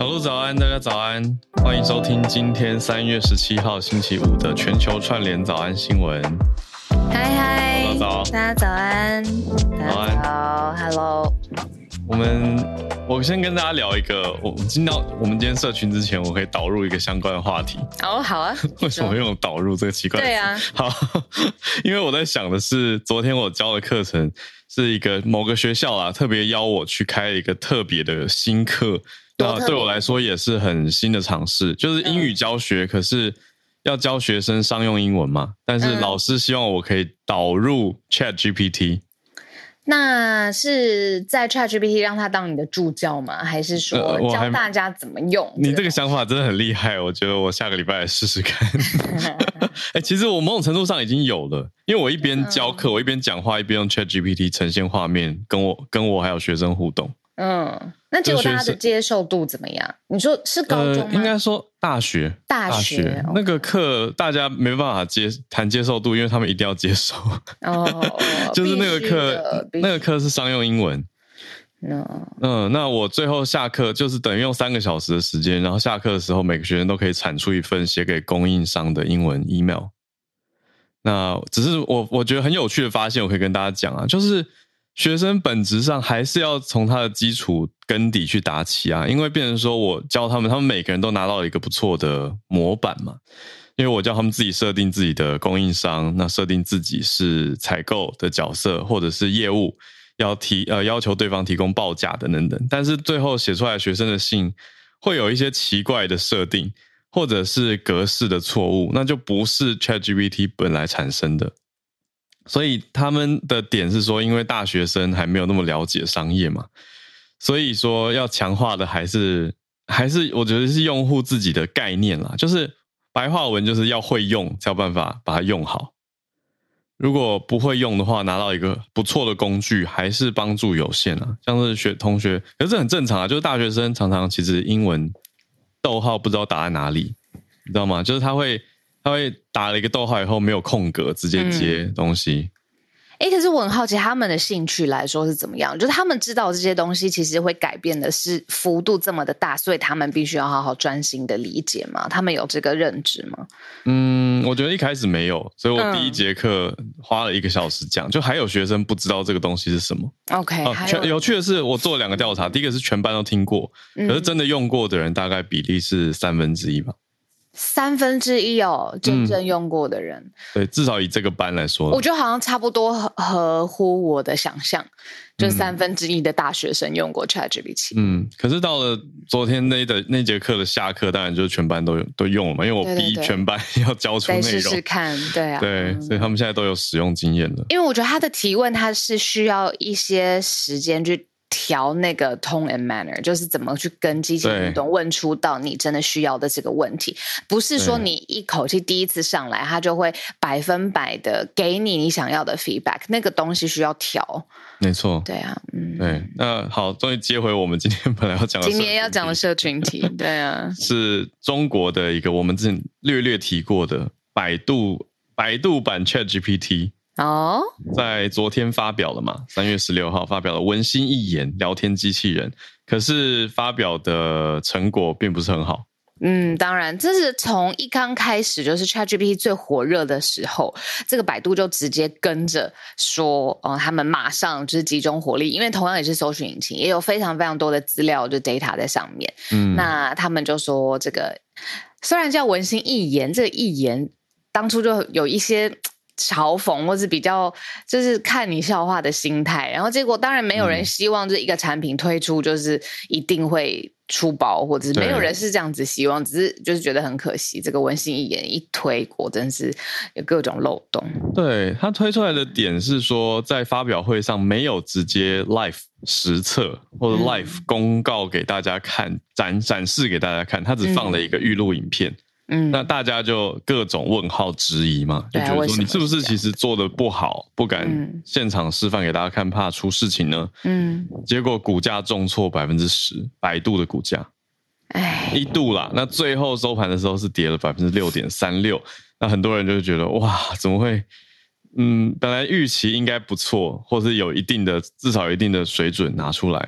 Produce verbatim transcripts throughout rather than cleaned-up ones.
小鹿早安，大家早安，欢迎收听今天三月十七号星期五的全球串联早安新闻。 嗨嗨， 早早， 大家早安，大家早 ，Hello。 我们我先跟大家聊一个，我进到我们今天社群之前，我可以导入一个相关的话题。 哦，好啊。 为什么用导入这个奇怪的词？ 对啊， 好，因为我在想的是，昨天我教的课程是一个某个学校啦，特别邀我去开一个特别的新课。那对我来说也是很新的尝试，就是英语教学，嗯、可是要教学生商用英文嘛。但是老师希望我可以导入 ChatGPT。 那是在 ChatGPT 让他当你的助教吗？还是说教大家怎么用？呃、 你这个想法真的很厉害，我觉得我下个礼拜来试试看。欸、其实我某种程度上已经有了，因为我一边教课，嗯、我一边讲话，一边用 ChatGPT 呈现画面，跟我跟我还有学生互动。 嗯，那结果大家的接受度怎么样？你说是高中吗？ 呃、应该说大学， 大学, 大学那个课大家没办法接谈接受度，因为他们一定要接受。哦，就是那个课，那个课是商用英文。嗯、呃，那我最后下课就是等于用三个小时的时间，然后下课的时候每个学生都可以产出一份写给供应商的英文 email。那只是我我觉得很有趣的发现，我可以跟大家讲啊，就是学生本质上还是要从他的基础根底去打起啊，因为变成说我教他们，他们每个人都拿到了一个不错的模板嘛。因为我叫他们自己设定自己的供应商，那设定自己是采购的角色，或者是业务要提呃要求对方提供报价等等等。但是最后写出来学生的信会有一些奇怪的设定，或者是格式的错误，那就不是 ChatGPT 本来产生的。所以他们的点是说，因为大学生还没有那么了解商业嘛，所以说要强化的还是还是我觉得是用户自己的概念啦，就是白话文就是要会用才有办法把它用好。如果不会用的话，拿到一个不错的工具还是帮助有限啊。像是学同学，可是这很正常啊，就是大学生常常其实英文逗号不知道打在哪里，你知道吗？就是他会他会打了一个逗号以后没有空格直接接东西。 哎、嗯，可是我很好奇他们的兴趣来说是怎么样？就是他们知道这些东西其实会改变的是幅度这么的大，所以他们必须要好好专心的理解吗？他们有这个认知吗？ 嗯，我觉得一开始没有，所以我第一节课花了一个小时讲，嗯、就还有学生不知道这个东西是什么。 OK，、 啊、有, 有趣的是，我做了两个调查，第一个是全班都听过，嗯、可是真的用过的人大概比例是三分之一吧。 三分之一哦，真正用过的人、嗯， 对，至少以这个班来说， 我觉得好像差不多合乎我的想象，就三分之一的大学生用过 ChatGPT。 嗯，可是到了昨天那的那节课的下课，当然就是全班都都用了嘛，因为我逼全班要交出内容， 得试试看，对啊， 对、嗯，所以他们现在都有使用经验了。 因为我觉得他的提问，他是需要一些时间去调那个 tone and manner， 就是怎么去跟机器人互动，问出到你真的需要的这个问题，不是说你一口气第一次上来，他就会百分百的给你你想要的 feedback， 那个东西需要调。 没错， 对啊，嗯， 对，那好，终于接回我们今天本来要讲的， 今天要讲的社群题，对啊， 是中国的一个我们之前略略提过的百度百度版 ChatGPT。 哦， 在昨天发表了嘛，三月十六号发表了文心一言聊天机器人，可是发表的成果并不是很好。 嗯，当然，这是从一刚开始就是 ChatGPT 最火热的时候，这个百度就直接跟着说，哦，他们马上就是集中火力，因为同样也是搜寻引擎，也有非常非常多的资料就 data 在上面。嗯，那他们就说这个虽然叫文心一言，这个一言当初就有一些嘲讽或是比较就是看你笑话的心态，然后结果当然没有人希望这一个产品推出就是一定会出包，或者是没有人是这样子希望，只是就是觉得很可惜，这个文心一言一推果真是有各种漏洞。 对，他推出来的点是说在发表会上没有直接 live 实测或者 live 公告给大家看、嗯、展展示给大家看，他只放了一个预录影片。嗯，那大家就各种问号质疑嘛，就觉得说你是不是其实做的不好，不敢现场示范给大家看，怕出事情呢？嗯，结果股价重挫百分之十，百度的股价，哎，一度啦，那最后收盘的时候是跌了百分之六点三六，那很多人就觉得哇，怎么会？嗯，本来预期应该不错，或是有一定的至少有一定的水准拿出来。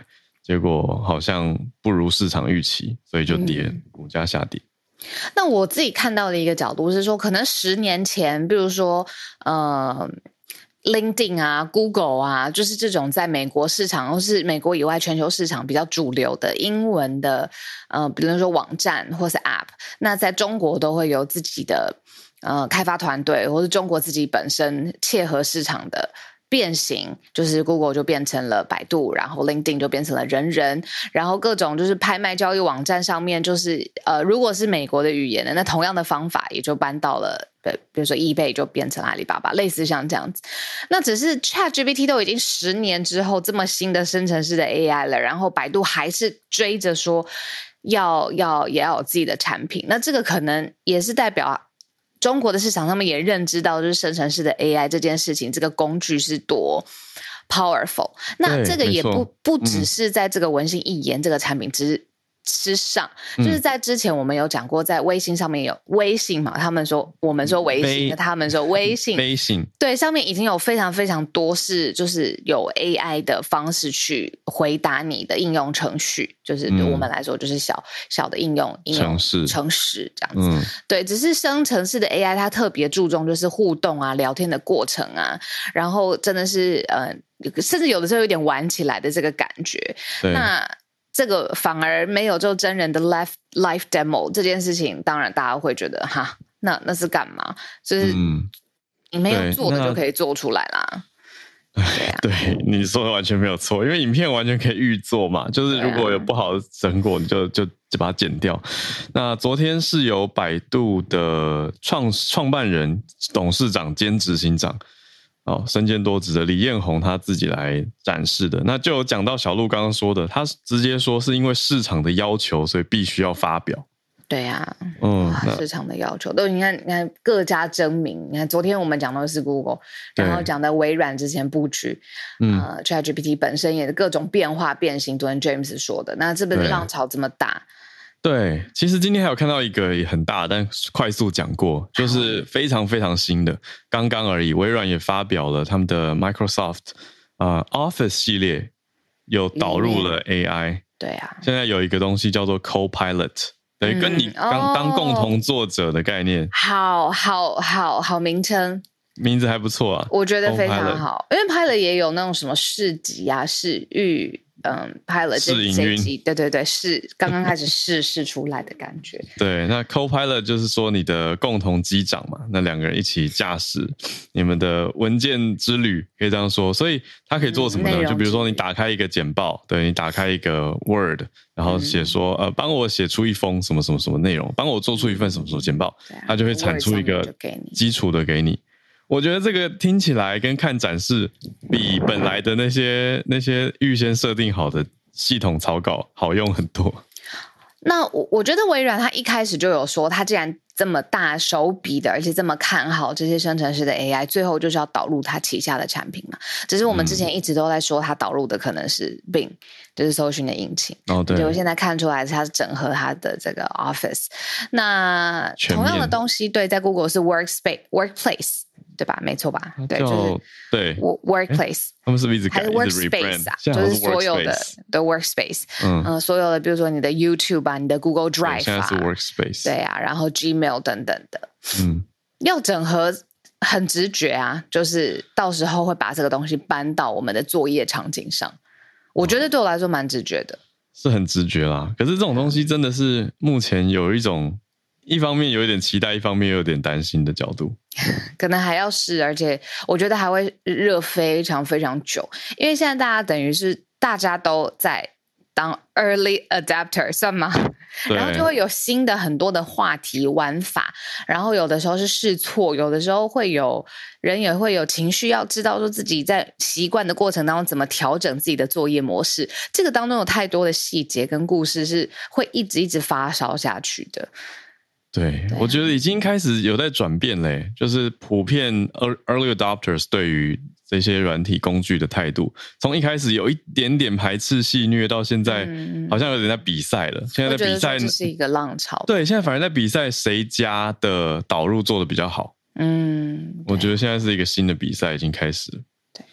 结果好像不如市场预期，所以就跌，嗯、股价下跌。 那我自己看到的一个角度是说，可能十年前，比如说呃 LinkedIn 啊 Google 啊，就是这种在美国市场或是美国以外全球市场比较主流的英文的呃，比如说网站或是 App， 那在中国都会有自己的呃开发团队，或是中国自己本身切合市场的变形，就是 Google 就变成了百度，然后 LinkedIn 就变成了人人，然后各种就是拍卖交易网站上面，就是呃，如果是美国的语言的，那同样的方法也就搬到了，比如说 eBay 就变成阿里巴巴，类似像这样子。那只是 ChatGPT 都已经十年之后这么新的生成式的 A I 了，然后百度还是追着说要要也要有自己的产品，那这个可能也是代表中国的市场他们也认知到就是生成式的 A I 这件事情，这个工具是多 powerful。 那这个也不不只是在这个文心一言这个产品之之上，就是在之前我们有讲过，在微信上面有微信嘛，他们说我们说微信，他们说微信， 微信对，上面已经有非常非常多是就是有 A I 的方式去回答你的应用程序，就是对我们来说就是小、嗯、小的应用应用程式程式这样子、嗯、对，只是生成式的 A I 它特别注重就是互动啊，聊天的过程啊，然后真的是呃，甚至有的时候有点玩起来的这个感觉。那这个反而没有就真人的 live live demo 这件事情，当然大家会觉得哈，那那是干嘛？就是你没有做的就可以做出来啦。 对, 啊、对，你说的完全没有错，因为影片完全可以预做嘛，就是如果有不好的成果，你就就就把它剪掉。那昨天是由百度的创创办人、董事长兼执行长。哦，身兼多职的李彦宏他自己来展示的，那就有讲到小鹿刚刚说的，他直接说是因为市场的要求，所以必须要发表。 对啊，嗯，市场的要求都你看，你看各家争鸣。你看昨天我们讲的是 Google， 然后讲的微软之前布局，嗯、呃、，ChatGPT 本身也是各种变化变形。昨天 James 说的，那这边浪潮这么大。 对，其实今天还有看到一个也很大，但快速讲过，就是非常非常新的，刚刚而已。微软也发表了他们的 Microsoft、呃、Office 系列，有导入了 A I、嗯。 对啊， 现在有一个东西叫做 Copilot， 等于跟你刚、嗯、当共同作者的概念。 好好好好名称。 名字还不错啊， 我觉得非常好，因为 Pilot 也有那种什么市集啊、市域。嗯 ，Pilot 这这一集，对对对，是刚刚开始试试出来的感觉。 对，那 Co-Pilot 就是说你的共同机长嘛，那两个人一起驾驶你们的文件之旅，可以这样说。所以它可以做什么呢？嗯、就比如说你打开一个简报，对你打开一个 Word， 然后写说、嗯、呃，帮我写出一封什么什么什么内容，帮我做出一份什么什么简报，嗯、它就会产出一个基础的给你。我觉得这个听起来跟看展示比本来的那些那些预先设定好的系统草稿好用很多。 那我我觉得微软它一开始就有说，它既然这么大手笔的，而且这么看好这些生成式的 A I， 最后就是要导入它旗下的产品嘛。只是我们之前一直都在说，它导入的可能是 Bing， 就是搜寻的引擎。哦，对。结果现在看出来，它是整合它的这个 Office。那同样的东西，对，在 Google 是 Workspace Workplace。对吧？没错吧？对，就是对 workplace， 他们是不是一直改？ 还是 workspace 啊？就是所有的的 workspace， 嗯、呃，所有的，比如说你的 YouTube 啊，你的 Google Drive 啊， 现在是 workspace， 对啊，然后 Gmail 等等的， 嗯， 要整合很直觉啊，就是到时候会把这个东西搬到我们的作业场景上，我觉得对我来说蛮直觉的， 是很直觉啦。可是这种东西真的是目前有一种。一方面有一点期待，一方面又有点担心的角度， 可能还要试，而且我觉得还会热非常非常久，因为现在大家等于是大家都在当 early adapter 算吗？然后就会有新的很多的话题玩法，然后有的时候是试错，有的时候会有人也会有情绪，要知道说自己在习惯的过程当中怎么调整自己的作业模式，这个当中有太多的细节跟故事是会一直一直发烧下去的。 对，我觉得已经开始有在转变嘞，就是普遍 early adopters 对于这些软体工具的态度，从一开始有一点点排斥戏谑，到现在好像有点在比赛了。现在在比赛， 这是一个浪潮。 对，现在反而在比赛谁家的导入做的比较好。 嗯， 我觉得现在是一个新的比赛已经开始了。 对，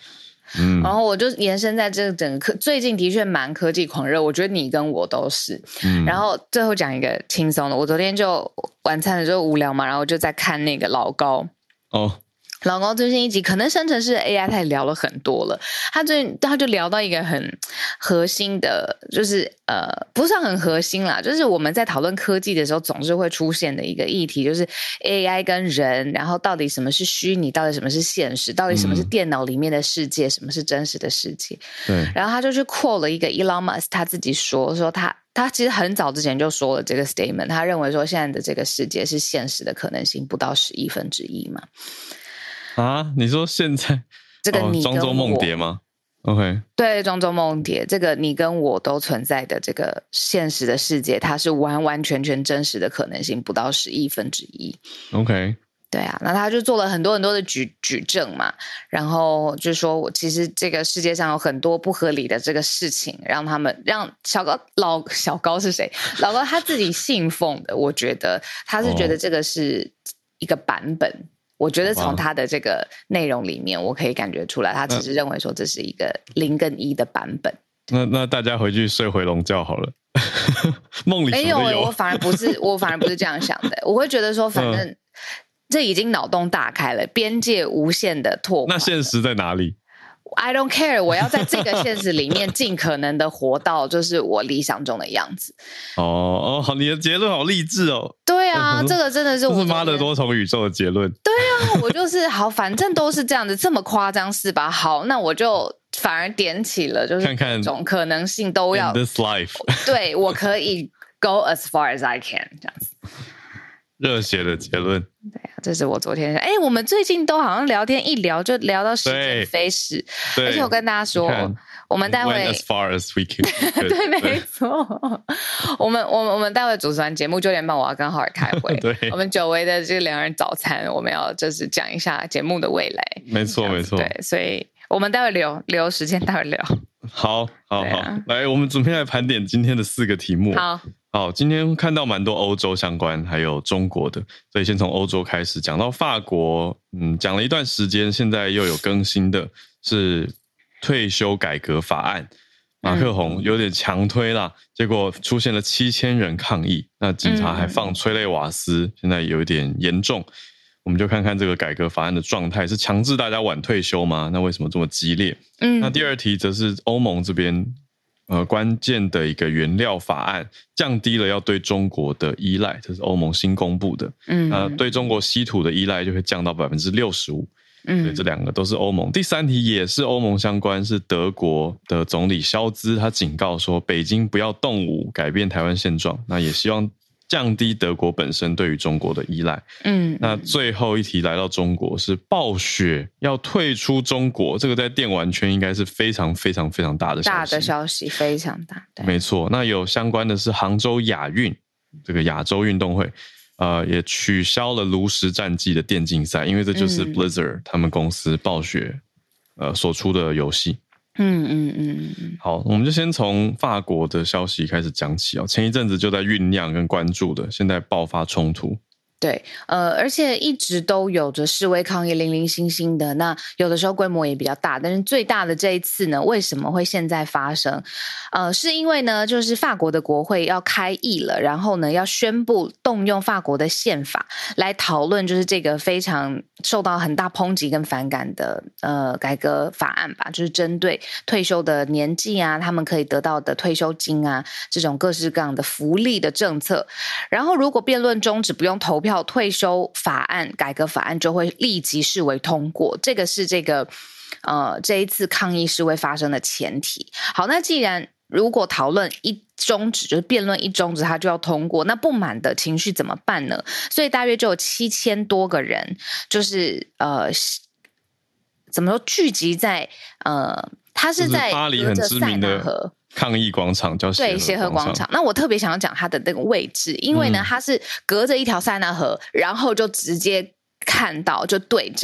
嗯，然后我就延伸在这个整个科，最近的确蛮科技狂热，我觉得你跟我都是。嗯，然后最后讲一个轻松的，我昨天就晚餐的时候无聊嘛，然后我就在看那个老高。哦。老高最新一集可能生成式 A I 他也聊了很多了，他最近他就聊到一个很核心的，就是呃不算很核心啦，就是我们在讨论科技的时候总是会出现的一个议题，就是 A I 跟人，然后到底什么是虚拟，到底什么是现实，到底什么是电脑里面的世界，嗯、什么是真实的世界。对，然后他就去 quote 了一个 Elon Musk 他自己说说他他其实很早之前就说了这个 statement， 他认为说现在的这个世界是现实的可能性不到十亿分之一嘛。 啊，你说现在这个你跟我、 庄周梦蝶吗 ？OK， 对，庄周梦蝶，这个你跟我都存在的这个现实的世界，它是完完全全真实的可能性不到十亿分之一。 OK， 对啊，那他就做了很多很多的举举证嘛，然后就说我其实这个世界上有很多不合理的这个事情，让他们让小高老小高是谁？老高他自己信奉的，我觉得他是觉得这个是一个版本。哦，我觉得从他的这个内容里面，我可以感觉出来，他只是认为说这是一个零跟一的版本。 那那大家回去睡回笼觉好了。梦里没有，我反而不是，我反而不是这样想的。我会觉得说，反正、嗯、这已经脑洞大开了，边界无限的拓宽。 那现实在哪里 ？I don't care， 我要在这个现实里面尽可能的活到就是我理想中的样子。 哦哦，好，你的结论好励志哦。 对啊，这个真的是我这是妈的多重宇宙的结论。 对啊，我就是好，反正都是这样子，这么夸张是吧？好，那我就反而点起了，就是各种可能性都要。 In this life， 对，我可以 go as far as I can 这样子。 热血的结论。 对啊，这是我昨天哎，我们最近都好像聊天一聊就聊到时间飞逝，而且我跟大家说，我们待会 as far as we can 对，没错，我们我们我们待会主持完节目九点半，我要跟浩尔开会。 对， 我们久违的这个两人早餐，我们要就是讲一下节目的未来。 没错，没错。 对，所以我们待会留留时间，待会聊。 好，好，好，啊、来，我们准备来盘点今天的四个题目。 好。 好，今天看到蛮多欧洲相关，还有中国的，所以先从欧洲开始讲到法国。嗯，讲了一段时间，现在又有更新的是退休改革法案，马克宏有点强推啦，结果出现了七千人抗议，那警察还放催泪瓦斯，现在有一点严重。我们就看看这个改革法案的状态，是强制大家晚退休吗？那为什么这么激烈？嗯，那第二题则是欧盟这边。呃，关键的一个原料法案降低了要对中国的依赖，这是欧盟新公布的。嗯，呃，对中国稀土的依赖就会降到 百分之六十五。嗯，所以这两个都是欧盟。第三题也是欧盟相关，是德国的总理肖兹，他警告说北京不要动武改变台湾现状，那也希望降低德国本身对于中国的依赖。嗯，那最后一题来到中国是暴雪要退出中国，这个在电玩圈应该是非常非常非常大的消息， 大的消息非常大。对， 没错。那有相关的是杭州亚运，这个亚洲运动会，呃，也取消了炉石战记的电竞赛，因为这就是 Blizzard、嗯、他们公司暴雪呃所出的游戏。嗯嗯嗯嗯，好，我们就先从法国的消息开始讲起哦。前一阵子就在酝酿跟关注的，现在爆发冲突。 对，呃，而且一直都有着示威抗议零零星星的，那有的时候规模也比较大，但是最大的这一次呢，为什么会现在发生？呃，是因为呢，就是法国的国会要开议了，然后呢，要宣布动用法国的宪法来讨论，就是这个非常受到很大抨击跟反感的呃改革法案吧，就是针对退休的年纪啊，他们可以得到的退休金啊，这种各式各样的福利的政策。然后如果辩论终止不用投票，退休法案改革法案就会立即视为通过，这个是这个呃这一次抗议示威发生的前提。好，那既然如果讨论一终止，就是辩论一终止，它就要通过，那不满的情绪怎么办呢？所以大约就有七千多个人，就是呃怎么说聚集在呃，他是在巴黎很知名的抗议广场，叫对协和广场。那我特别想要讲它的那个位置，因为呢，它是隔着一条塞纳河，然后就直接看到，就对着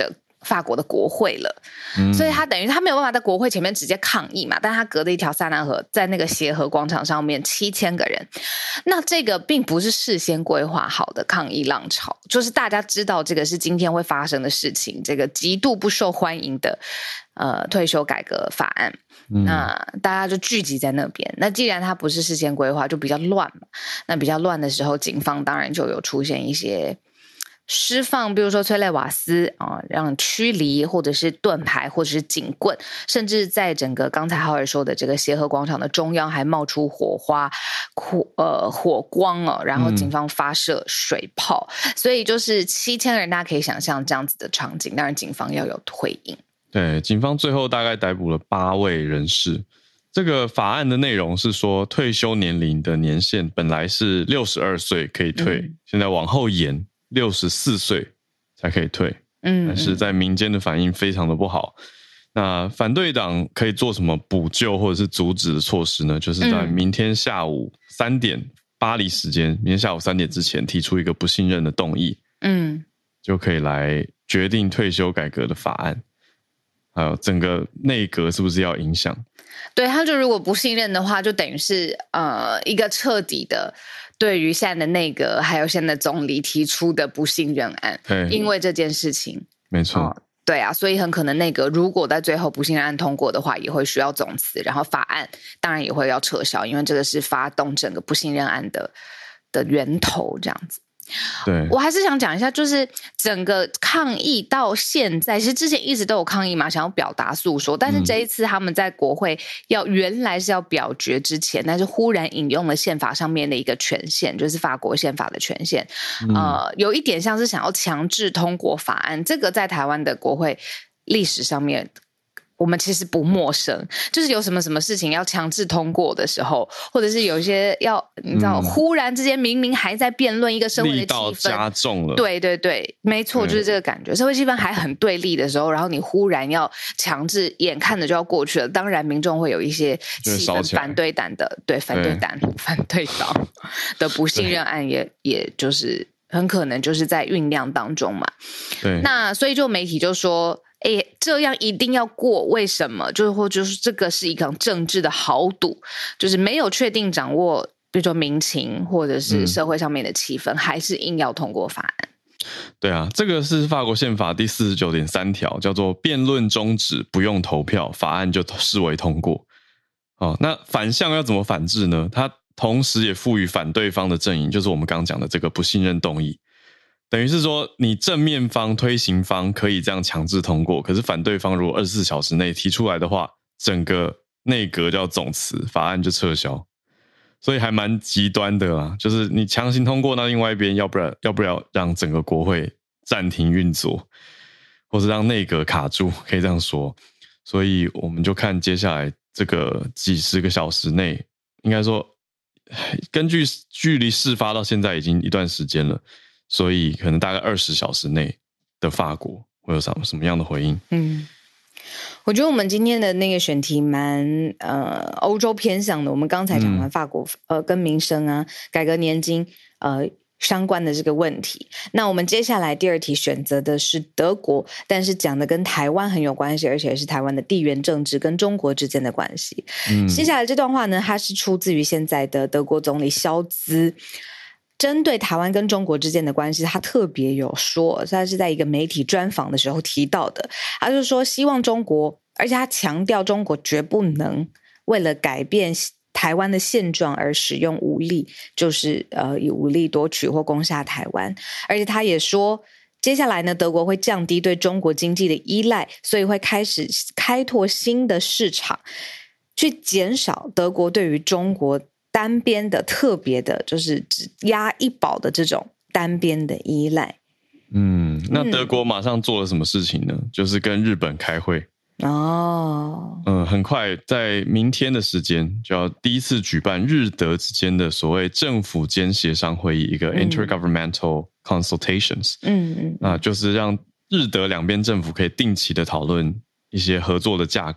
法国的国会了，嗯、所以他等于他没有办法在国会前面直接抗议嘛，但他隔着一条塞纳河，在那个协和广场上面七千个人，那这个并不是事先规划好的抗议浪潮，就是大家知道这个是今天会发生的事情，这个极度不受欢迎的呃退休改革法案，嗯、那大家就聚集在那边。那既然它不是事先规划，就比较乱嘛。那比较乱的时候，警方当然就有出现一些释放，比如说催泪瓦斯啊，让驱离，或者是盾牌，或者是警棍，甚至在整个刚才浩尔说的这个协和广场的中央还冒出火花、火呃火光哦，然后警方发射水炮，嗯、所以就是七千人，大家可以想象这样子的场景。当然，警方要有回应。 对，警方最后大概逮捕了八位人士。这个法案的内容是说，退休年龄的年限本来是六十二岁可以退，嗯、现在往后延。六十四岁才可以退，嗯，但是在民间的反应非常的不好。那反对党可以做什么补救或者是阻止的措施呢？就是在明天下午三点巴黎时间，明天下午三点之前提出一个不信任的动议，嗯，就可以来决定退休改革的法案，还有整个内阁是不是要影响？ 对，他就如果不信任的话，就等于是呃一个彻底的。对于现在的内阁还有现在的总理提出的不信任案，因为这件事情， 没错、哦， 对啊，所以很可能内阁如果在最后不信任案通过的话，也会需要总辞，然后法案当然也会要撤销，因为这个是发动整个不信任案的的源头，这样子。 对， 我还是想讲一下，就是整个抗议到现在，其实之前一直都有抗议嘛，想要表达诉说，但是这一次他们在国会要原来是要表决之前，但是忽然引用了宪法上面的一个权限，就是法国宪法的权限，嗯、呃，有一点像是想要强制通过法案，这个在台湾的国会历史上面。我们其实不陌生，就是有什么什么事情要强制通过的时候，或者是有一些要你知道、嗯、忽然之间明明还在辩论一个社会的气氛力道加重了， 对对对，没错，就是这个感觉。社会气氛还很对立的时候，然后你忽然要强制，眼看着就要过去了，当然民众会有一些气氛反对党的，对反对党反对党的不信任案也也就是很可能就是在酝酿当中嘛。 对， 那所以就媒体就说。哎，这样一定要过？为什么？就是或就是这个是一场政治的豪赌，就是没有确定掌握，比如说民情或者是社会上面的气氛，嗯、还是硬要通过法案。 对啊，这个是法国宪法第四十九点三条，叫做辩论终止不用投票，法案就视为通过。哦，那反向要怎么反制呢？它同时也赋予反对方的阵营，就是我们刚刚讲的这个不信任动议。等于是说，你正面方、推行方可以这样强制通过，可是反对方如果二十四小时内提出来的话，整个内阁就要总辞，法案就撤销。所以还蛮极端的啦，就是你强行通过，那另外一边要不然要不要让整个国会暂停运作，或是让内阁卡住，可以这样说。所以我们就看接下来这个几十个小时内，应该说根据距离事发到现在已经一段时间了。所以可能大概二十小时内的法国会有什么什么样的回应？嗯， 我觉得我们今天的那个选题蛮呃欧洲偏向的。我们刚才讲完法国、嗯、呃跟民生啊、改革年金呃相关的这个问题，那我们接下来第二题选择的是德国，但是讲的跟台湾很有关系，而且是台湾的地缘政治跟中国之间的关系。嗯，接下来这段话呢，它是出自于现在的德国总理肖兹。针对台湾跟中国之间的关系，他特别有说，他是在一个媒体专访的时候提到的。他就说希望中国，而且他强调中国绝不能为了改变台湾的现状而使用武力，就是呃以武力夺取或攻下台湾。而且他也说，接下来呢，德国会降低对中国经济的依赖，所以会开始开拓新的市场，去减少德国对于中国单边的特别的就是只押一宝的这种单边的依赖。 嗯，那德国马上做了什么事情呢？嗯、就是跟日本开会。哦，嗯，很快在明天的时间就要第一次举办日德之间的所谓政府间协商会议，一个 intergovernmental consultations。嗯嗯，那就是让日德两边政府可以定期的讨论一些合作的架构。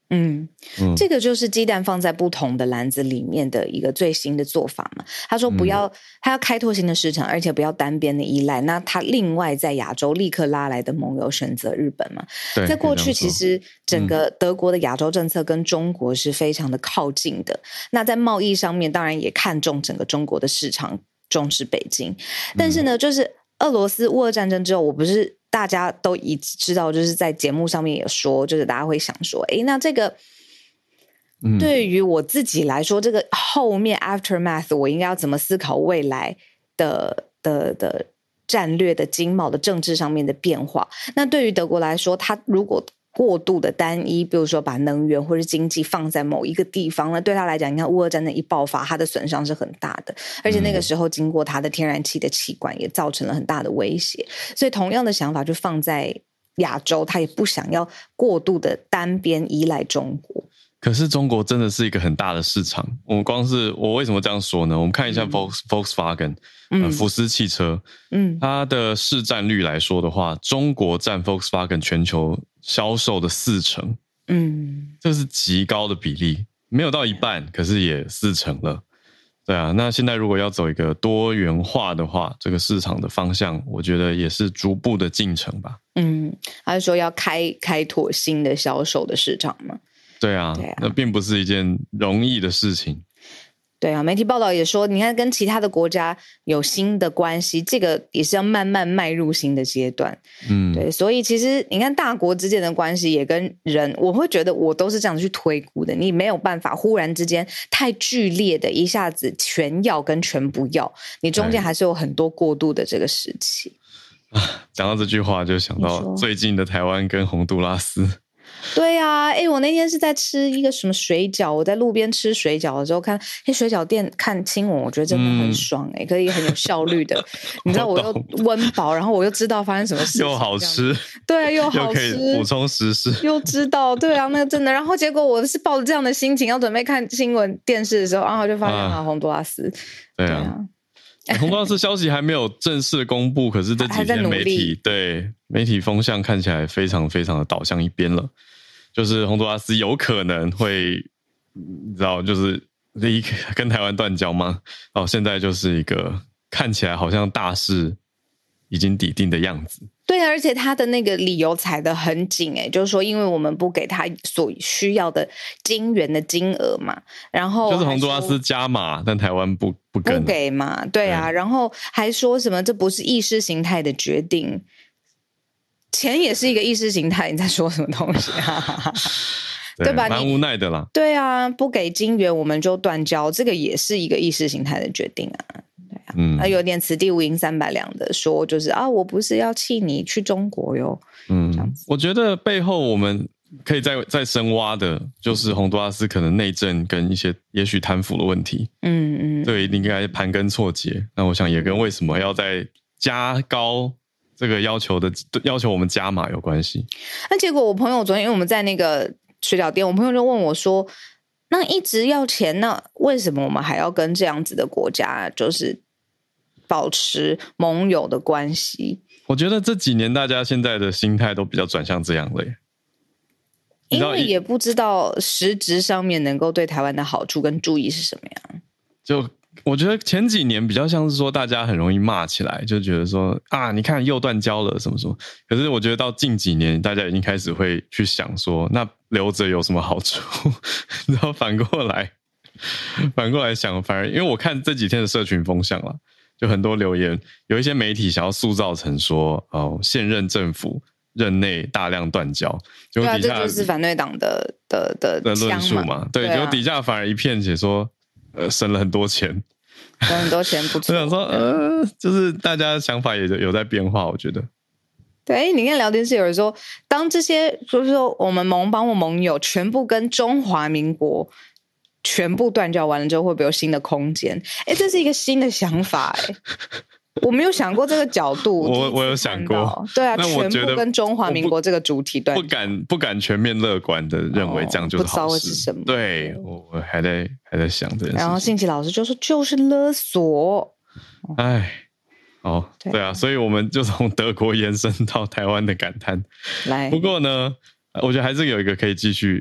嗯，嗯这个就是鸡蛋放在不同的篮子里面的一个最新的做法嘛。他说不要，嗯、他要开拓新的市场，而且不要单边的依赖。那他另外在亚洲立刻拉来的盟友选择日本嘛。在过去其实整个德国的亚洲政策跟中国是非常的靠近的。嗯、那在贸易上面当然也看重整个中国的市场，重视北京。但是呢，就是俄罗斯乌俄战争之后，我不是大家都已知道，就是在节目上面也说，就是大家会想说，诶，那这个对于我自己来说，嗯、这个后面 aftermath 我应该要怎么思考未来的的的战略的经贸的政治上面的变化？那对于德国来说，它如果过度的单一，比如说把能源或是经济放在某一个地方，那对他来讲，你看乌俄战争一爆发，它的损伤是很大的，而且那个时候经过它的天然气的气管也造成了很大的威胁，所以同样的想法就放在亚洲，他也不想要过度的单边依赖中国。 可是中国真的是一个很大的市场，我们光是我为什么这样说呢？我们看一下 Volks,、嗯、Volkswagen、呃、福斯汽车，嗯，它的市占率来说的话，中国占 Volkswagen 全球销售的四成，嗯，这是极高的比例，没有到一半，可是也四成了。对啊，那现在如果要走一个多元化的话，这个市场的方向，我觉得也是逐步的进程吧。 嗯，他是说要开开拓新的销售的市场吗？ 对啊，对啊，那并不是一件容易的事情。 对啊，媒体报道也说，你看跟其他的国家有新的关系，这个也是要慢慢迈入新的阶段。嗯，对，所以其实你看大国之间的关系也跟人，我会觉得我都是这样去推估的，你没有办法忽然之间太剧烈的一下子全要跟全不要，你中间还是有很多过渡的这个时期。 啊，讲到这句话就想到最近的台湾跟洪都拉斯。 对啊，哎，我那天是在吃一个什么水饺，我在路边吃水饺的时候看，哎，水饺店看新闻，我觉得真的很爽，哎、嗯，可以很有效率的，你知道，我又温饱，然后我又知道发生什么事情， 又好吃， 对，又好吃， 又可以补充时事， 又知道，对啊，那个真的，然后结果我是抱着这样的心情要准备看新闻电视的时候，然后就发现啊，洪都拉斯， 对啊。洪都拉斯消息还没有正式公布，可是这几天媒体对媒体风向看起来非常非常的倒向一边了，就是洪都拉斯有可能会，你知道，就是离跟台湾断交吗？哦，现在就是一个看起来好像大势已经底定的样子。 对啊，而且他的那个理由踩得很紧，诶，就是说因为我们不给他所需要的金元的金额嘛，然后就是洪都拉斯加码，但台湾不不跟不给嘛，对啊，对，然后还说什么这不是意识形态的决定，钱也是一个意识形态，你在说什么东西啊？ 对, 对吧？蛮无奈的啦。 对啊，不给金元我们就断交，这个也是一个意识形态的决定啊。嗯，有点此地无银三百两的说，就是啊，我不是要气你去中国哟。 嗯，我觉得背后我们可以再再深挖的，就是洪都拉斯可能内政跟一些也许贪腐的问题。嗯嗯，对，应该盘根错节。那我想也跟为什么要再加高这个要求的要求我们加码有关系。 那结果我朋友昨天，因为我们在那个水饺店，我朋友就问我说，那一直要钱，那为什么我们还要跟这样子的国家就是保持盟友的关系？ 我觉得这几年大家现在的心态都比较转向这样了耶， 因为也不知道实质上面能够对台湾的好处跟注意是什么样。 就我觉得前几年比较像是说大家很容易骂起来，就觉得说啊，你看又断交了什么什么。可是我觉得到近几年大家已经开始会去想说，那留着有什么好处？然后反过来反过来想，反而因为我看这几天的社群风向啦，就很多留言，有一些媒体想要塑造成说，哦，现任政府任内大量断交， 对啊，这就是反对党的的的的论述嘛。对，结果底下反而一片写说，呃，省了很多钱， 省很多钱不错。 我想说，呃，就是大家的想法也有在变化，我觉得。 对，你看聊天室有人说，当这些就是说我们盟邦或盟友全部跟中华民国全部断交完了之后，会不会有新的空间？哎，这是一个新的想法，哎，我没有想过这个角度。 我我有想过， 对啊，全部跟中华民国这个主体断交， 不敢不敢全面乐观的认为这样就是好事。哦、不知道会是什么？对，我我还在还在想这件事情。 然后信奇老师就说，就是勒索。 哎，哦，对啊，对啊，所以我们就从德国延伸到台湾的感叹。 来， 不过呢，我觉得还是有一个可以继续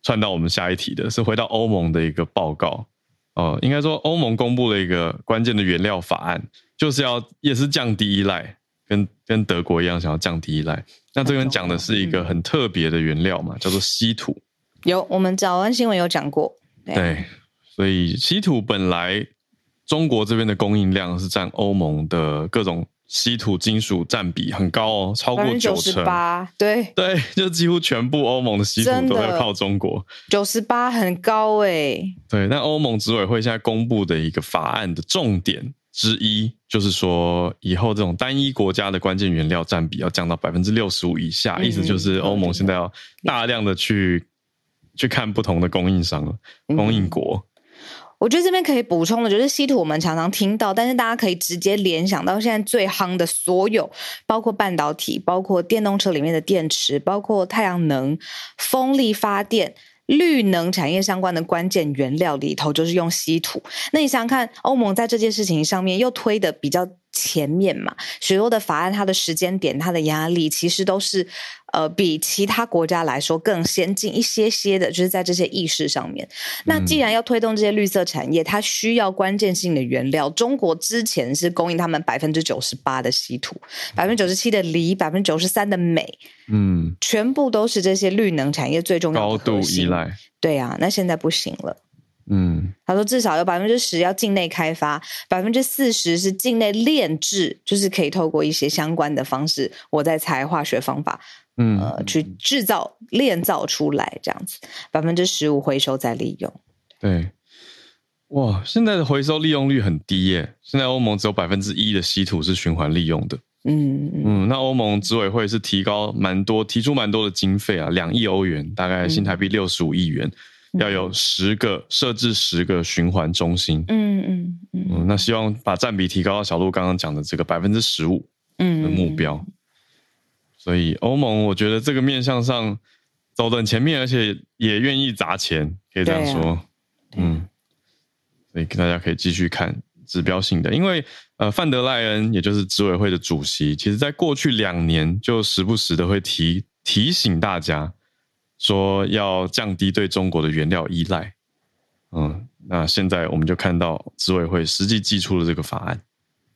串到我们下一题的，是回到欧盟的一个报告。呃，应该说欧盟公布了一个关键的原料法案，就是要也是降低依赖，跟跟德国一样想要降低依赖。那这边讲的是一个很特别的原料嘛，嗯、叫做稀土。 有，我们早安新闻有讲过。对， 对，所以稀土本来中国这边的供应量是占欧盟的各种稀土金属占比很高哦，超过九成。 百分之九十八，对对，就几乎全部欧盟的稀土都要靠中国。 九十八很高哎。 对，但欧盟执委会现在公布的一个法案的重点之一，就是说以后这种单一国家的关键原料占比要降到百分之六十五以下，嗯、意思就是欧盟现在要大量的去、嗯、去看不同的供应商、供应国。嗯， 我觉得这边可以补充的就是稀土我们常常听到，但是大家可以直接联想到现在最夯的所有，包括半导体，包括电动车里面的电池，包括太阳能、风力发电、绿能产业相关的关键原料里头就是用稀土。那你想想看，欧盟在这件事情上面又推的比较前面嘛，许多的法案它的时间点、它的压力其实都是呃比其他国家来说更先进一些些的，就是在这些意识上面。那既然要推动这些绿色产业，它需要关键性的原料，中国之前是供应他们 百分之九十八 的稀土， 百分之九十七 的锂， 百分之九十三 的镁，嗯，全部都是这些绿能产业最重要的核心。 高度依赖。 对啊，那现在不行了。 嗯， 他说至少有 百分之十 要境内开发， 百分之四十 是境内炼制，就是可以透过一些相关的方式，我在猜化学方法，嗯，呃，去制造炼造出来这样子， 百分之十五 回收再利用。 对，哇，现在的回收利用率很低耶，现在欧盟只有 百分之一 的稀土是循环利用的。嗯嗯，那欧盟执委会是提高蛮多，提出蛮多的经费啊，两亿欧元，大概新台币六十五亿元。嗯，要有十个设置十个循环中心，嗯嗯 嗯, 嗯，那希望把占比提高到小鹿刚刚讲的这个百分之十五的目标。嗯，所以欧盟我觉得这个面向上走得很前面，而且也愿意砸钱，可以这样说。啊，嗯，所以大家可以继续看指标性的，因为呃，范德赖恩也就是执委会的主席，其实在过去两年就时不时的会提提醒大家。说要降低对中国的原料依赖，嗯，那现在我们就看到执委会实际祭出了这个法案。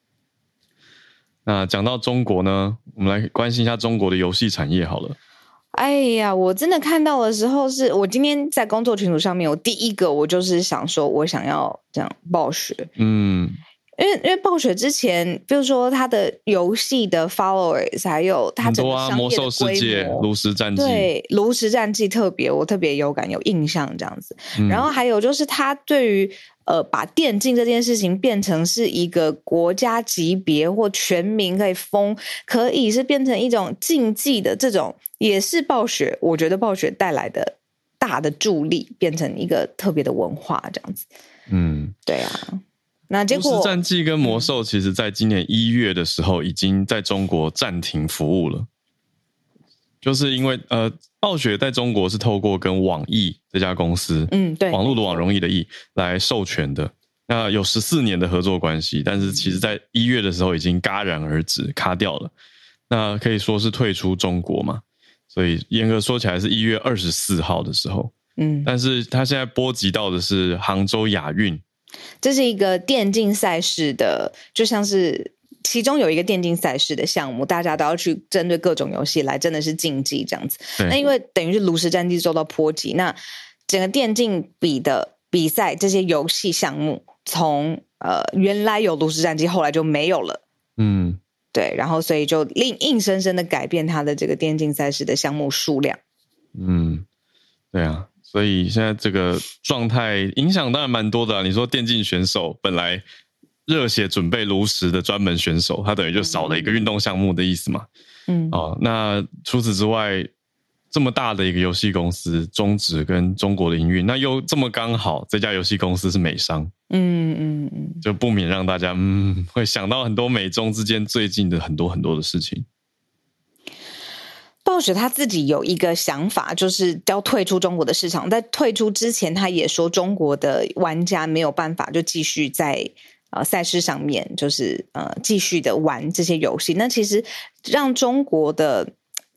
那讲到中国呢，我们来关心一下中国的游戏产业好了。 哎呀，我真的看到的时候是，我今天在工作群组上面，我第一个我就是想说，我想要这样暴雪，嗯。因为因为暴雪之前，比如说它的游戏的 followers， 还有它整个商业的规模， 魔兽世界、炉石战记， 对，炉石战记特别，我特别有感有印象这样子。嗯，然后还有就是它对于呃把电竞这件事情变成是一个国家级别或全民可以封，可以是变成一种竞技的这种，也是暴雪，我觉得暴雪带来的大的助力，变成一个特别的文化这样子。嗯，对啊。那结果， 炉石战记跟魔兽其实在今年一月的时候已经在中国暂停服务了，就是因为呃，暴雪在中国是透过跟网易这家公司，嗯，对，网络的网容易的易来授权的，那有十四年的合作关系，但是其实在一月的时候已经戛然而止，卡掉了，那可以说是退出中国嘛，所以严格说起来是一月二十四号的时候，嗯，但是它现在波及到的是杭州亚运。 这是一个电竞赛事的，就像是其中有一个电竞赛事的项目，大家都要去针对各种游戏来真的是竞技这样子。那因为等于是炉石战记受到波及，那整个电竞比的比赛这些游戏项目从呃原来有炉石战记后来就没有了，嗯，对，然后所以就令硬生生的改变它的这个电竞赛事的项目数量。 嗯，对啊。所以现在这个状态影响当然蛮多的啊，你说电竞选手本来热血准备炉石的专门选手，他等于就少了一个运动项目的意思嘛。嗯，哦，那除此之外，这么大的一个游戏公司终止跟中国的营运，那又这么刚好这家游戏公司是美商，嗯嗯嗯，就不免让大家嗯会想到很多美中之间最近的很多很多的事情。 暴雪他自己有一个想法，就是要退出中国的市场。在退出之前，他也说中国的玩家没有办法就继续在呃赛事上面，就是呃继续的玩这些游戏。那其实让中国的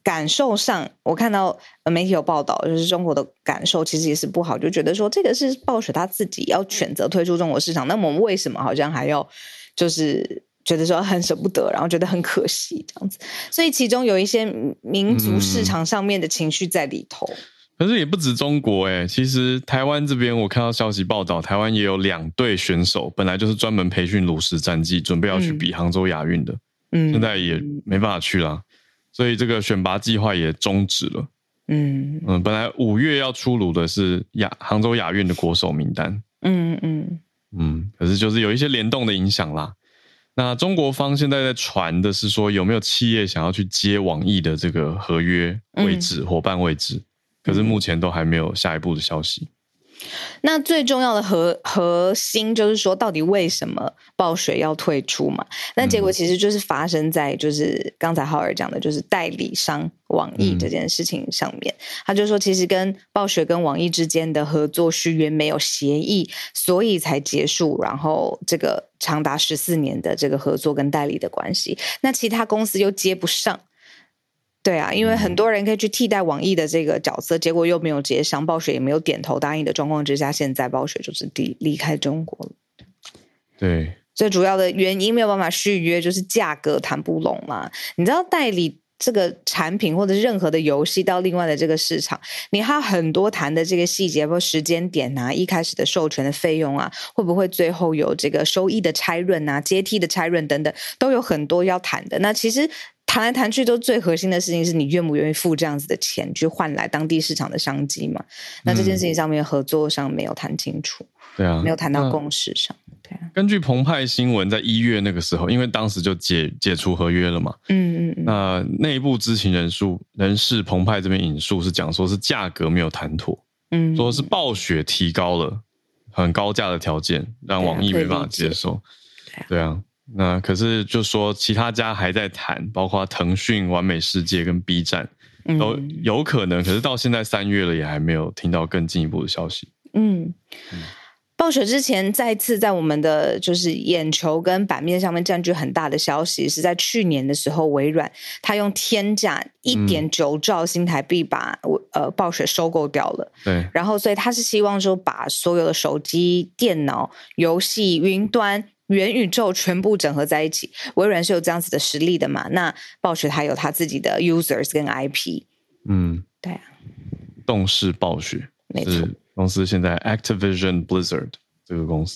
感受上，我看到媒体有报道，就是中国的感受其实也是不好，就觉得说这个是暴雪他自己要选择退出中国市场，那么我们为什么好像还要就是觉得说很舍不得，然后觉得很可惜这样子，所以其中有一些民族市场上面的情绪在里头。嗯， 可是也不止中国欸，其实台湾这边我看到消息报道，台湾也有两队选手本来就是专门培训炉石战绩，准备要去比杭州亚运的，嗯，现在也没办法去啦，所以这个选拔计划也终止了。嗯嗯，本来五月要出炉的是亚杭州亚运的国手名单。嗯嗯嗯，可是就是有一些联动的影响啦。那中国方现在在传的是说，有没有企业想要去接网易的这个合约位置、嗯、伙伴位置，可是目前都还没有下一步的消息。 那最重要的核核心就是说，到底为什么暴雪要退出嘛？那结果其实就是发生在就是刚才浩尔讲的，就是代理商网易这件事情上面。嗯、他就说，其实跟暴雪跟网易之间的合作续约没有协议，所以才结束。然后这个长达十四年的这个合作跟代理的关系，那其他公司又接不上。对啊，因为很多人可以去替代网易的这个角色，结果又没有接上，暴雪也没有点头答应的状况之下，现在暴雪就是离离开中国了。 对， 最主要的原因没有办法续约，就是价格谈不拢嘛。你知道代理这个产品或者是任何的游戏到另外的这个市场，你还有很多谈的这个细节，包括时间点啊，一开始的授权的费用啊，会不会最后有这个收益的拆润啊，阶梯的拆润等等，都有很多要谈的。那其实谈来谈去都最核心的事情是你愿不愿意付这样子的钱去换来当地市场的商机嘛？那这件事情上面合作上没有谈清楚， 对啊， 没有谈到共识上。对啊， 根据澎湃新闻在一月那个时候，因为当时就解解除合约了嘛，嗯嗯嗯，那内部知情人数人士澎湃这边引述是讲说是价格没有谈妥，嗯，说是暴雪提高了很高价的条件，让网易没办法接受，对啊。对啊，那可是就说其他家还在谈，包括腾讯、完美世界跟 B 站都有可能，嗯、可是到现在三月了也还没有听到更进一步的消息。嗯， 嗯暴雪之前再次在我们的就是眼球跟版面上面占据很大的消息，是在去年的时候，微软他用天价 一点九兆新台币把、嗯、呃暴雪收购掉了。 对， 然后所以他是希望说把所有的手机、电脑、游戏、云端、元宇宙全部整合在一起。微软是有这样子的实力的嘛？那暴雪它有它自己的 users 跟 I P。嗯，对啊， 动视暴雪没错。 公司现在 Activision Blizzard 这个公司。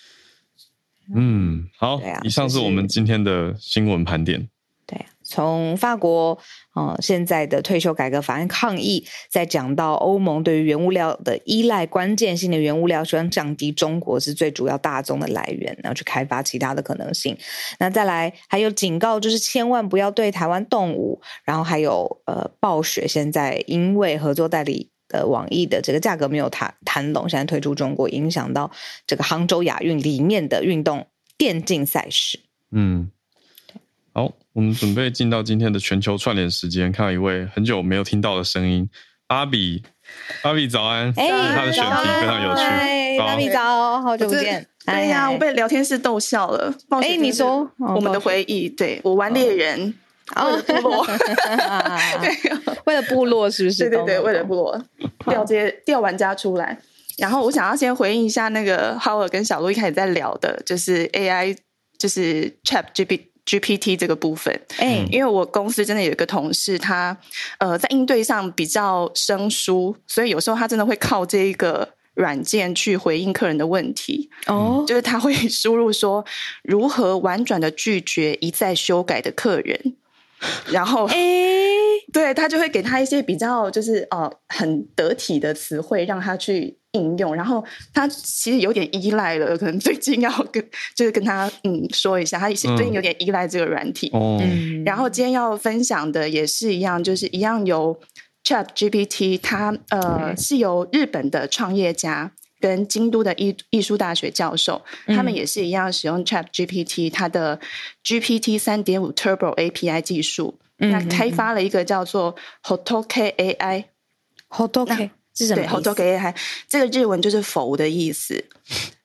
嗯，好、啊、以上是我们今天的新闻盘点。 对啊，从法国、呃、现在的退休改革法案抗议，再讲到欧盟对于原物料的依赖，关键性的原物料希望降低中国是最主要大宗的来源，然后去开发其他的可能性。那再来还有警告，就是千万不要对台湾动武。然后还有呃，暴雪现在因为合作代理呃，网易的这个价格没有谈谈拢，现在退出中国，影响到这个杭州亚运里面的运动电竞赛事。嗯， 好，我们准备进到今天的全球串联时间，看到一位很久没有听到的声音，芭比，芭比早安，欸、他的选题非常有趣。 芭比早，好久不见。 对呀、啊，我被聊天室逗笑了。哎、 欸，你说我们的回忆，对我玩猎人。哦，为了部落， 对，为了部落是不是？ 对对对，为了部落调这些调玩家出来。然后我想要先回应一下那个 Howard 跟小鹿一开始在聊的，就是 A I， 就是 Chat G P T 这个部分。哎，因为我公司真的有一个同事，他呃在应对上比较生疏，所以有时候他真的会靠这一个软件去回应客人的问题。哦，就是他会输入说如何婉转的拒绝一再修改的客人。然后，欸、对，他就会给他一些比较就是呃很得体的词汇，让他去应用。然后他其实有点依赖了，可能最近要跟就是跟他嗯说一下，他最近有点依赖这个软体。嗯，然后今天要分享的也是一样，就是一样由 Chat G P T， 它呃、嗯、是由日本的创业家跟京都的艺艺术大学教授，他们也是一样使用 Chat G P T 它的 G P T 三点五 Turbo A P I 技术，那开发了一个叫做 Hotoke A I。Hotoke 是什么意思？对 ，Hotoke A I 这个日文就是否的意思。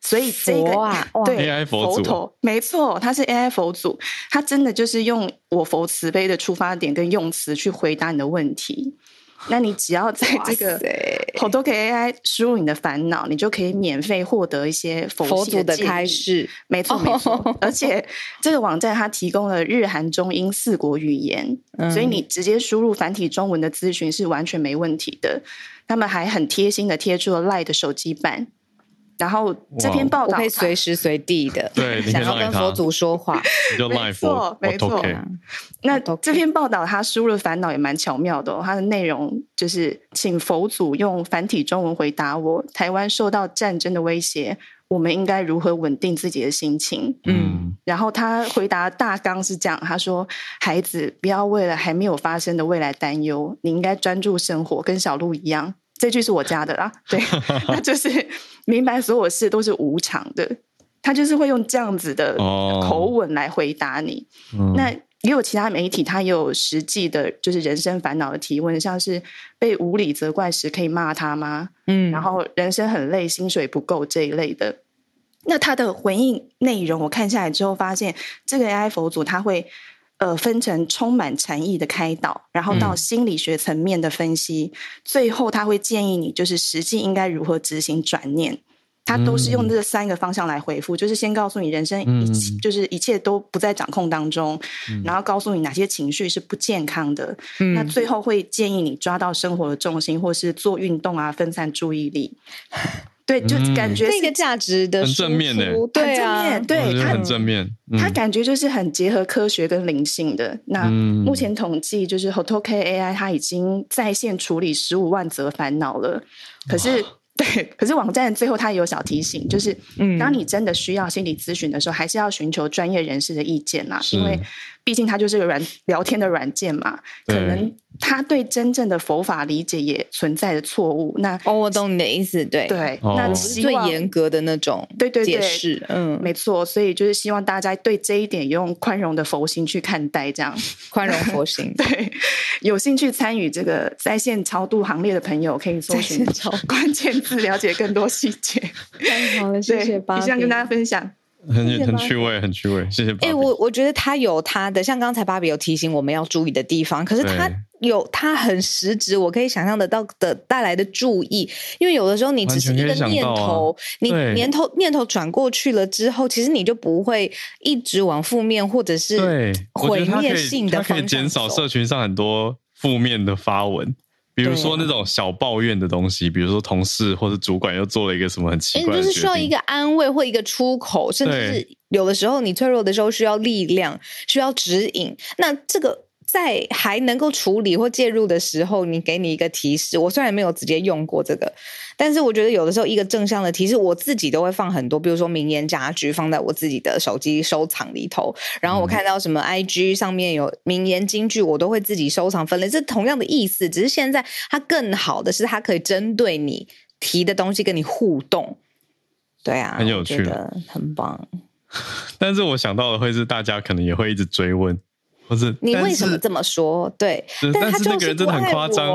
所以这个、 啊、 对 A I 佛祖， 佛头没错，他是 A I 佛祖，他真的就是用我佛慈悲的出发点跟用词去回答你的问题。那你只要在这个 Hotoke A I 输入你的烦恼，你就可以免费获得一些佛系的开示。 没错没错、哦、而且这个网站它提供了日韩中英四国语言、嗯、所以你直接输入繁体中文的咨询是完全没问题的。他们还很贴心的贴出了 Line 的手机版，然后这篇报道我可以随时随地的对想要跟佛祖说话你就 Line 佛没错没错。那这篇报道他输入的烦恼也蛮巧妙的、哦、它的内容就是请佛祖用繁体中文回答我，台湾受到战争的威胁，我们应该如何稳定自己的心情。嗯，然后他回答大纲是这样，他说孩子不要为了还没有发生的未来担忧，你应该专注生活，跟小鹿一样。这句是我加的啦，对，那就是明白所有事都是无常的，他就是会用这样子的口吻来回答你、哦、那也有其他媒体他也有实际的就是人生烦恼的提问，像是被无理责怪时可以骂他吗？嗯，然后人生很累薪水不够这一类的。那他的回应内容我看下来之后发现，这个 A I 佛祖他会呃，分成充满禅意的开导，然后到心理学层面的分析、嗯、最后他会建议你就是实际应该如何执行转念，他都是用这三个方向来回复、嗯、就是先告诉你人生一、嗯、就是一切都不在掌控当中、嗯、然后告诉你哪些情绪是不健康的、嗯、那最后会建议你抓到生活的重心，或是做运动啊，分散注意力。对，就感觉是、嗯、这个价值的很正面的， 对啊，对， 他很正面、嗯、 他感觉就是很结合科学跟灵性的。那目前统计就是 Hotoke A I 它已经在线处理十五万则烦恼了，可是对，可是网站最后它也有小提醒，就是当你真的需要心理咨询的时候、嗯、还是要寻求专业人士的意见啦，因为毕竟它就是个软聊天的软件嘛，可能他对真正的佛法理解也存在的错误。那哦，我懂你的意思，对对， 哦、 那是最严格的那种解释， 对对对，嗯，没错，所以就是希望大家对这一点用宽容的佛心去看待，这样宽容佛心。 对，有兴趣参与这个在线超度行列的朋友，可以搜寻关键字，了解更多细节。 太好了，谢谢芭比， 以上跟大家分享。 很很趣味，很趣味，谢谢芭比。 哎、欸，我我觉得他有他的，像刚才芭比有提醒我们要注意的地方，可是他有他很实质，我可以想象得到的带来的注意，因为有的时候你只是一个念头，啊、你念头念头转过去了之后，其实你就不会一直往负面或者是毁灭性的方向走。 它可以减少社群上很多负面的发文。比如说那种小抱怨的东西，比如说同事或者主管又做了一个什么很奇怪的决定， 就是需要一个安慰或一个出口，甚至是有的时候你脆弱的时候需要力量，需要指引。那这个在还能够处理或介入的时候，你给你一个提示，我虽然没有直接用过这个，但是我觉得有的时候一个正向的提示，我自己都会放很多，比如说名言佳句放在我自己的手机收藏里头，然后我看到什么 I G 上面有名言金句，我都会自己收藏分类，这同样的意思，只是现在它更好的是它可以针对你提的东西跟你互动。对啊， 很有趣， 我觉得很棒。 但是我想到的会是大家可能也会一直追问，或是你为什么这么说？对， 但是那个人真的很夸张，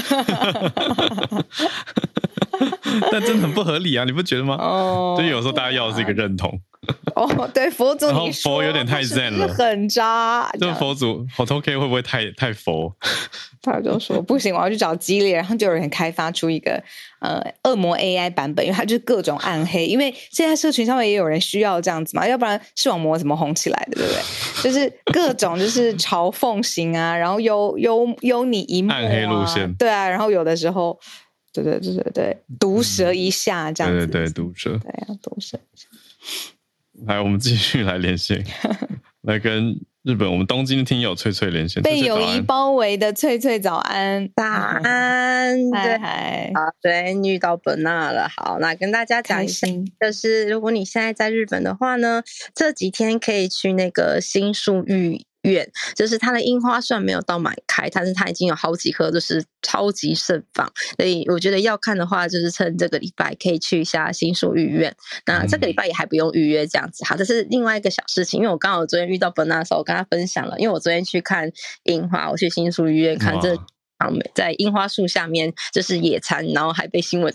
但真的很不合理啊，你不觉得吗？哦，就有时候大家要的是一个认同。 哦，对，佛祖， 然后佛有点太 zen 了， 很渣。 就佛祖 Hotoke 会不会太太佛？ 他就说不行，我要去找激烈，然后就有人开发出一个呃恶魔 A I 版本，因为它就是各种暗黑，因为现在社群上面也有人需要这样子嘛，要不然视网膜怎么红起来的，对不对？就是各种就是嘲讽型啊，然后有有有你一幕、啊、 暗黑路线， 对啊，然后有的时候对对对对对，毒舌一下这样子， 嗯、对对对，毒舌， 对啊，毒舌一下。 来，我们继续来连线，来跟日本我们东京的听友翠翠连线。 被友谊包围的翠翠，早安， 早安， 嗨嗨， 好，对，遇到本娜了。好，那跟大家讲一下，就是如果你现在在日本的话呢，这几天可以去那个新宿御苑，就是它的樱花虽然没有到满开，但是它已经有好几棵就是超级盛放，所以我觉得要看的话就是趁这个礼拜可以去一下新宿御苑。那这个礼拜也还不用预约这样子。好，这是另外一个小事情，因为我刚好昨天遇到本娜的时候我跟他分享了，因为我昨天去看樱花，我去新宿御苑看这在樱花树下面就是野餐，然后还被新闻台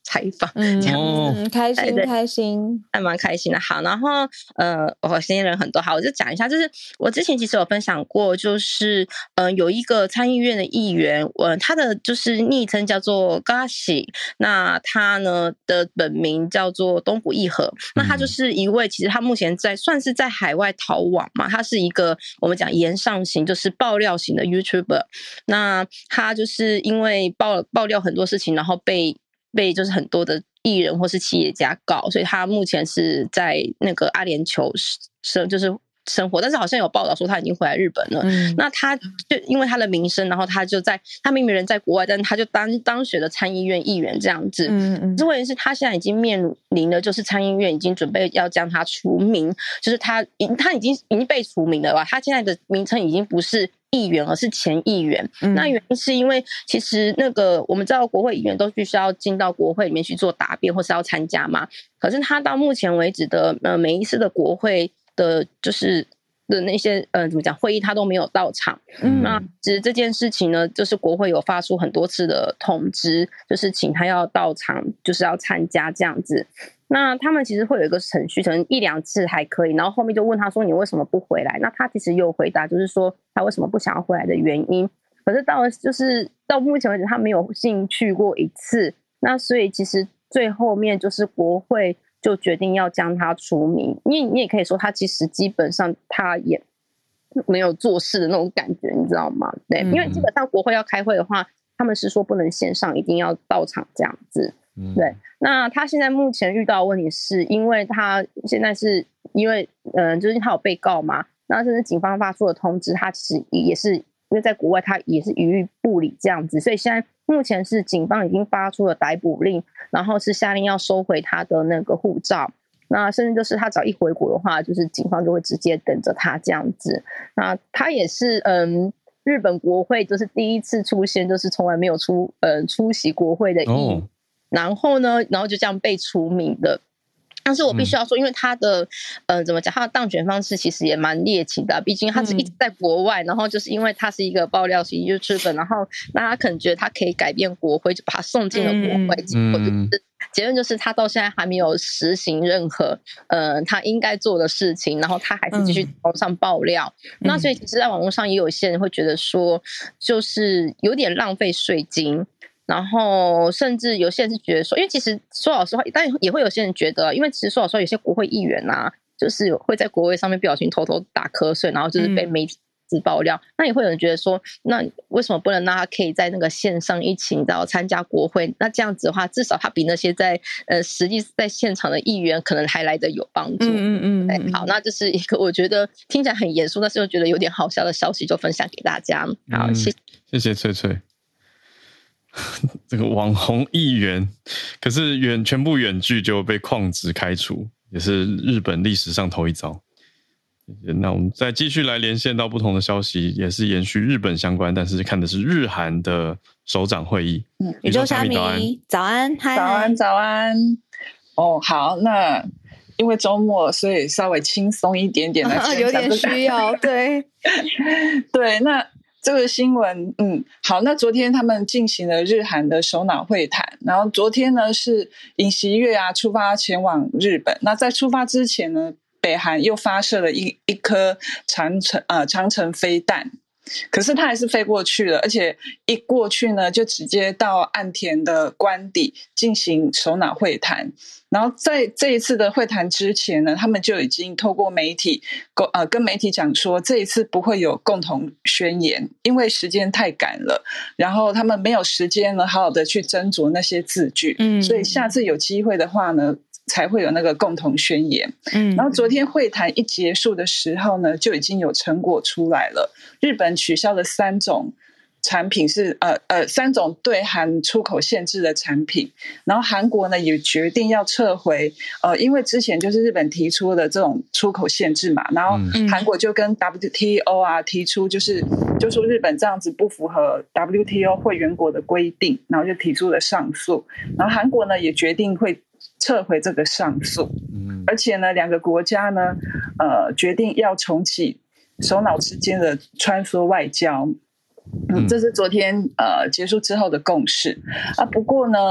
采访， 嗯， 这样嗯开心开心， 还蛮开心的。好，然后呃，我今天人很多，好，我就讲一下，就是我之前其实有分享过，就是呃，有一个参议院的议员，呃，他的就是昵称叫做 Gashi， 那他呢的本名叫做东谷义和，那他就是一位，其实他目前在算是在海外逃亡嘛，他是一个我们讲言上型，就是爆料型的 YouTuber， 那他就是因为爆爆料很多事情，然后被被就是很多的艺人或是企业家告，所以他目前是在那个阿联酋生就是生活，但是好像有报道说他已经回来日本了。嗯、那他就因为他的名声，然后他就在他明明人在国外，但是他就当当选了参议院议员这样子。嗯嗯。这问题是他现在已经面临了，就是参议院已经准备要将他除名，就是他他已经已经被除名了吧？他现在的名称已经不是议员，而是前议员。嗯、那原因是因为其实那个我们知道国会议员都必须要进到国会里面去做答辩，或是要参加嘛。可是他到目前为止的呃每一次的国会的就是的那些呃怎么讲会议他都没有到场。嗯，那其实这件事情呢，就是国会有发出很多次的通知，就是请他要到场，就是要参加这样子。那他们其实会有一个程序，可能一两次还可以，然后后面就问他说你为什么不回来？那他其实也有回答，就是说他为什么不想要回来的原因。可是到了就是到目前为止他没有进去过一次，那所以其实最后面就是国会就决定要将他除名。你你也可以说他其实基本上他也没有做事的那种感觉，你知道吗？对，因为基本上国会要开会的话，他们是说不能线上，一定要到场这样子。对，那他现在目前遇到的问题是因为他现在是因为嗯、呃，就是他有被告嘛，那甚至警方发出的通知，他其实也是因为在国外他也是予以不理这样子，所以现在目前是警方已经发出了逮捕令，然后是下令要收回他的那个护照，那甚至就是他只要一回国的话，就是警方就会直接等着他这样子。那他也是嗯。日本国会就是第一次出现，就是从来没有出呃出席国会的议员。Oh. 然后呢，然后就这样被除名的。但是我必须要说，因为他的呃怎么讲，他的当选方式其实也蛮猎奇的、啊，毕竟他是一直在国外、嗯，然后就是因为他是一个爆料型 YouTuber， 然后那他可能觉得他可以改变国会，就把他送进了国会。结果就是结论就是他到现在还没有实行任何呃他应该做的事情，然后他还是继续网上爆料、嗯。那所以其实在网络上也有一些人会觉得说，就是有点浪费税金。然后甚至有些人是觉得说，因为其实说老实话，但也会有些人觉得，因为其实说老实话，有些国会议员啊，就是会在国会上面不小心偷偷打瞌睡，然后就是被媒体爆料、嗯。那也会有人觉得说，那为什么不能让他可以在那个线上一起，然后参加国会？那这样子的话，至少他比那些在呃实际在现场的议员可能还来得有帮助。嗯嗯嗯。好，那这是一个我觉得听起来很严肃，但是又觉得有点好笑的消息，就分享给大家。好， 嗯、 谢谢谢翠翠。这个网红议员，可是远全部远距就被旷职开除，也是日本历史上头一遭。那我们再继续来连线到不同的消息，也是延续日本相关，但是看的是日韩的首长会议。 嗯，宇宙虾米早安，早安，嗨， 早安，早安。哦，好，那因为周末，所以稍微轻松一点点来分享、 啊，有点需要，对， 对，那。这个新闻，嗯，好，那昨天他们进行了日韩的首脑会谈，然后昨天呢是尹锡悦啊出发前往日本，那在出发之前呢，北韩又发射了一一颗长程呃长程飞弹。可是他还是飞过去了，而且一过去呢，就直接到岸田的官邸进行首脑会谈。然后在这一次的会谈之前呢，他们就已经透过媒体，呃，跟媒体讲说，这一次不会有共同宣言，因为时间太赶了，然后他们没有时间呢，好好的去斟酌那些字句，嗯，所以下次有机会的话呢，才会有那个共同宣言。嗯，然后昨天会谈一结束的时候呢，就已经有成果出来了。日本取消了三种产品是呃呃三种对韩出口限制的产品，然后韩国呢也决定要撤回呃，因为之前就是日本提出的这种出口限制嘛，然后韩国就跟 W T O 啊提出就是就说日本这样子不符合 W T O 会员国的规定，然后就提出了上诉，然后韩国呢也决定会撤回这个上诉，而且呢两个国家呢呃决定要重启首脑之间的穿梭外交。嗯，这是昨天呃结束之后的共识啊。不过呢，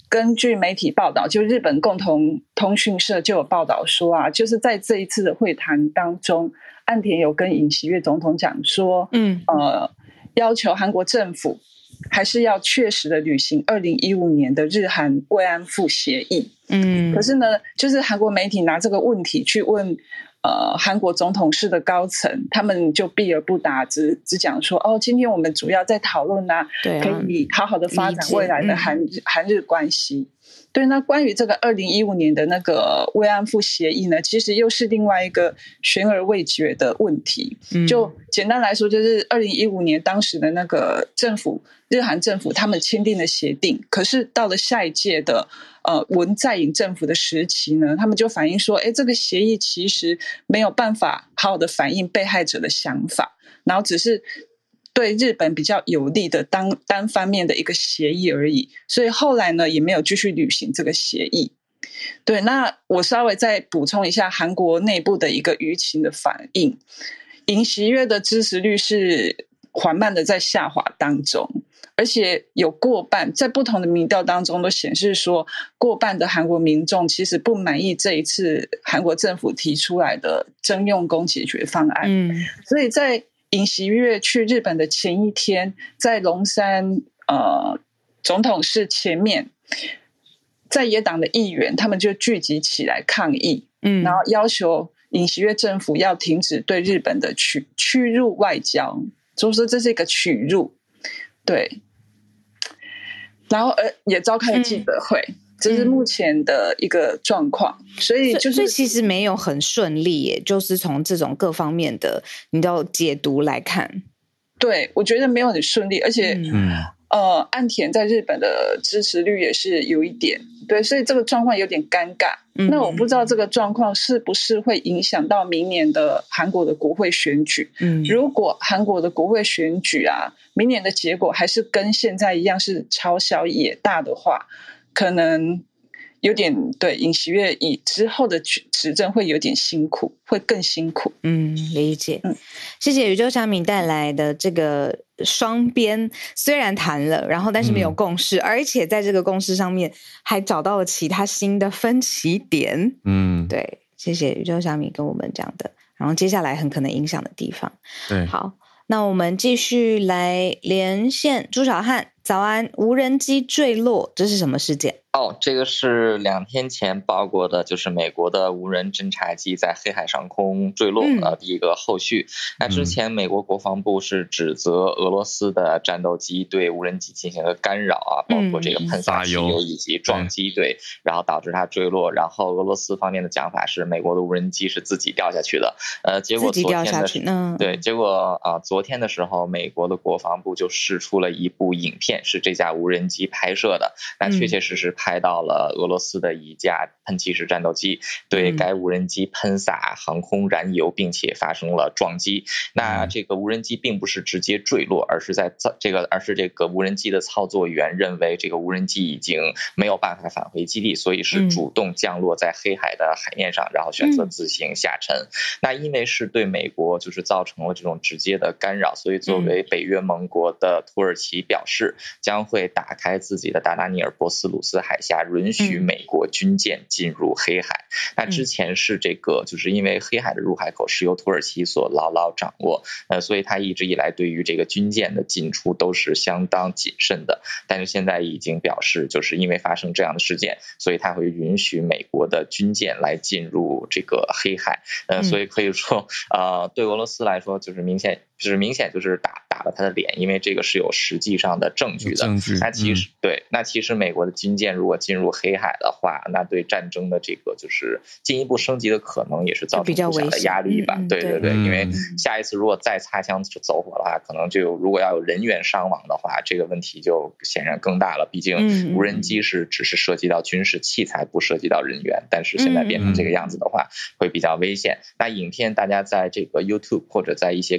根据媒体报道，就日本共同通讯社就有报道说啊，就是在这一次的会谈当中，岸田有跟尹锡悦总统讲说，嗯，呃，要求韩国政府还是要确实的履行二零一五年的日韩慰安妇协议。嗯，可是呢，就是韩国媒体拿这个问题去问呃韩国总统室的高层，他们就避而不答，只只讲说哦，今天我们主要在讨论啊，对啊，可以好好的发展未来的韩日、嗯、韩日关系。对，那关于这个二零一五年的那个慰安妇协议呢，其实又是另外一个悬而未决的问题。嗯、就简单来说，就是二零一五年当时的那个政府，日韩政府他们签订了协定，可是到了下一届的呃文在寅政府的时期呢，他们就反映说，哎，这个协议其实没有办法好好的反映被害者的想法，然后只是对日本比较有利的单单方面的一个协议而已，所以后来呢也没有继续履行这个协议。对，那我稍微再补充一下韩国内部的一个舆情的反应，尹锡悦的支持率是缓慢的在下滑当中，而且有过半在不同的民调当中都显示说，过半的韩国民众其实不满意这一次韩国政府提出来的征用工解决方案。嗯，所以在尹锡悦去日本的前一天，在龙山呃总统室前面，在野党的议员他们就聚集起来抗议，嗯，然后要求尹锡悦政府要停止对日本的屈屈辱外交，就是说这是一个屈辱，对，然后呃也召开了记者会。嗯，这是目前的一个状况，嗯、所以就是所以其实没有很顺利耶，就是从这种各方面的你的解读来看， 对，我觉得没有很顺利，而且、嗯、呃，岸田在日本的支持率也是有一点，对，所以这个状况有点尴尬。嗯、那我不知道这个状况是不是会影响到明年的韩国的国会选举。嗯，如果韩国的国会选举啊，明年的结果还是跟现在一样是朝小野大的话，可能有点对尹锡悦以之后的执政会有点辛苦，会更辛苦。 嗯，理解。嗯，谢谢宇宙小米带来的这个双边，虽然谈了，然后但是没有共识，嗯、而且在这个共识上面还找到了其他新的分歧点。嗯，对，谢谢宇宙小米跟我们讲的，然后接下来很可能影响的地方。 对， 好，那我们继续来连线朱小汉。早安，无人机坠落，这是什么事件？ 哦，这个是两天前报过的，就是美国的无人侦察机在黑海上空坠落的第一个后续。嗯、那之前美国国防部是指责俄罗斯的战斗机对无人机进行了干扰啊，包括这个喷洒汽油以及撞击，对，然后导致它坠落。然后俄罗斯方面的讲法是美国的无人机是自己掉下去的，呃，结果昨天的自己掉下去，嗯， 对，结果啊、呃，昨天的时候，美国的国防部就释出了一部影片，是这架无人机拍摄的，那确确实实拍到了俄罗斯的一架喷气式战斗机对该无人机喷洒航空燃油，并且发生了撞击。那这个无人机并不是直接坠落，而是在这个而是这个无人机的操作员认为这个无人机已经没有办法返回基地，所以是主动降落在黑海的海面上，然后选择自行下沉。那因为是对美国就是造成了这种直接的干扰，所以作为北约盟国的土耳其表示将会打开自己的达达尼尔波斯鲁斯海峡，允许美国军舰进入黑海。嗯、那之前是这个，就是因为黑海的入海口是由土耳其所牢牢掌握，呃，所以他一直以来对于这个军舰的进出都是相当谨慎的。但是现在已经表示，就是因为发生这样的事件，所以他会允许美国的军舰来进入这个黑海。呃，所以可以说，呃，对俄罗斯来说，就是明显，就是明显就是打打了他的脸，因为这个是有实际上的证据的。证据。那其实、嗯、对，那其实美国的军舰如果进入黑海的话，那对战争的这个就是进一步升级的可能也是造成不小的压力吧。对对对，因为下一次如果再擦枪走火的话，可能就如果要有人员伤亡的话，这个问题就显然更大了。毕竟无人机是只是涉及到军事器材，不涉及到人员，但是现在变成这个样子的话，会比较危险。那影片大家在这个 YouTube 或者在一些各大媒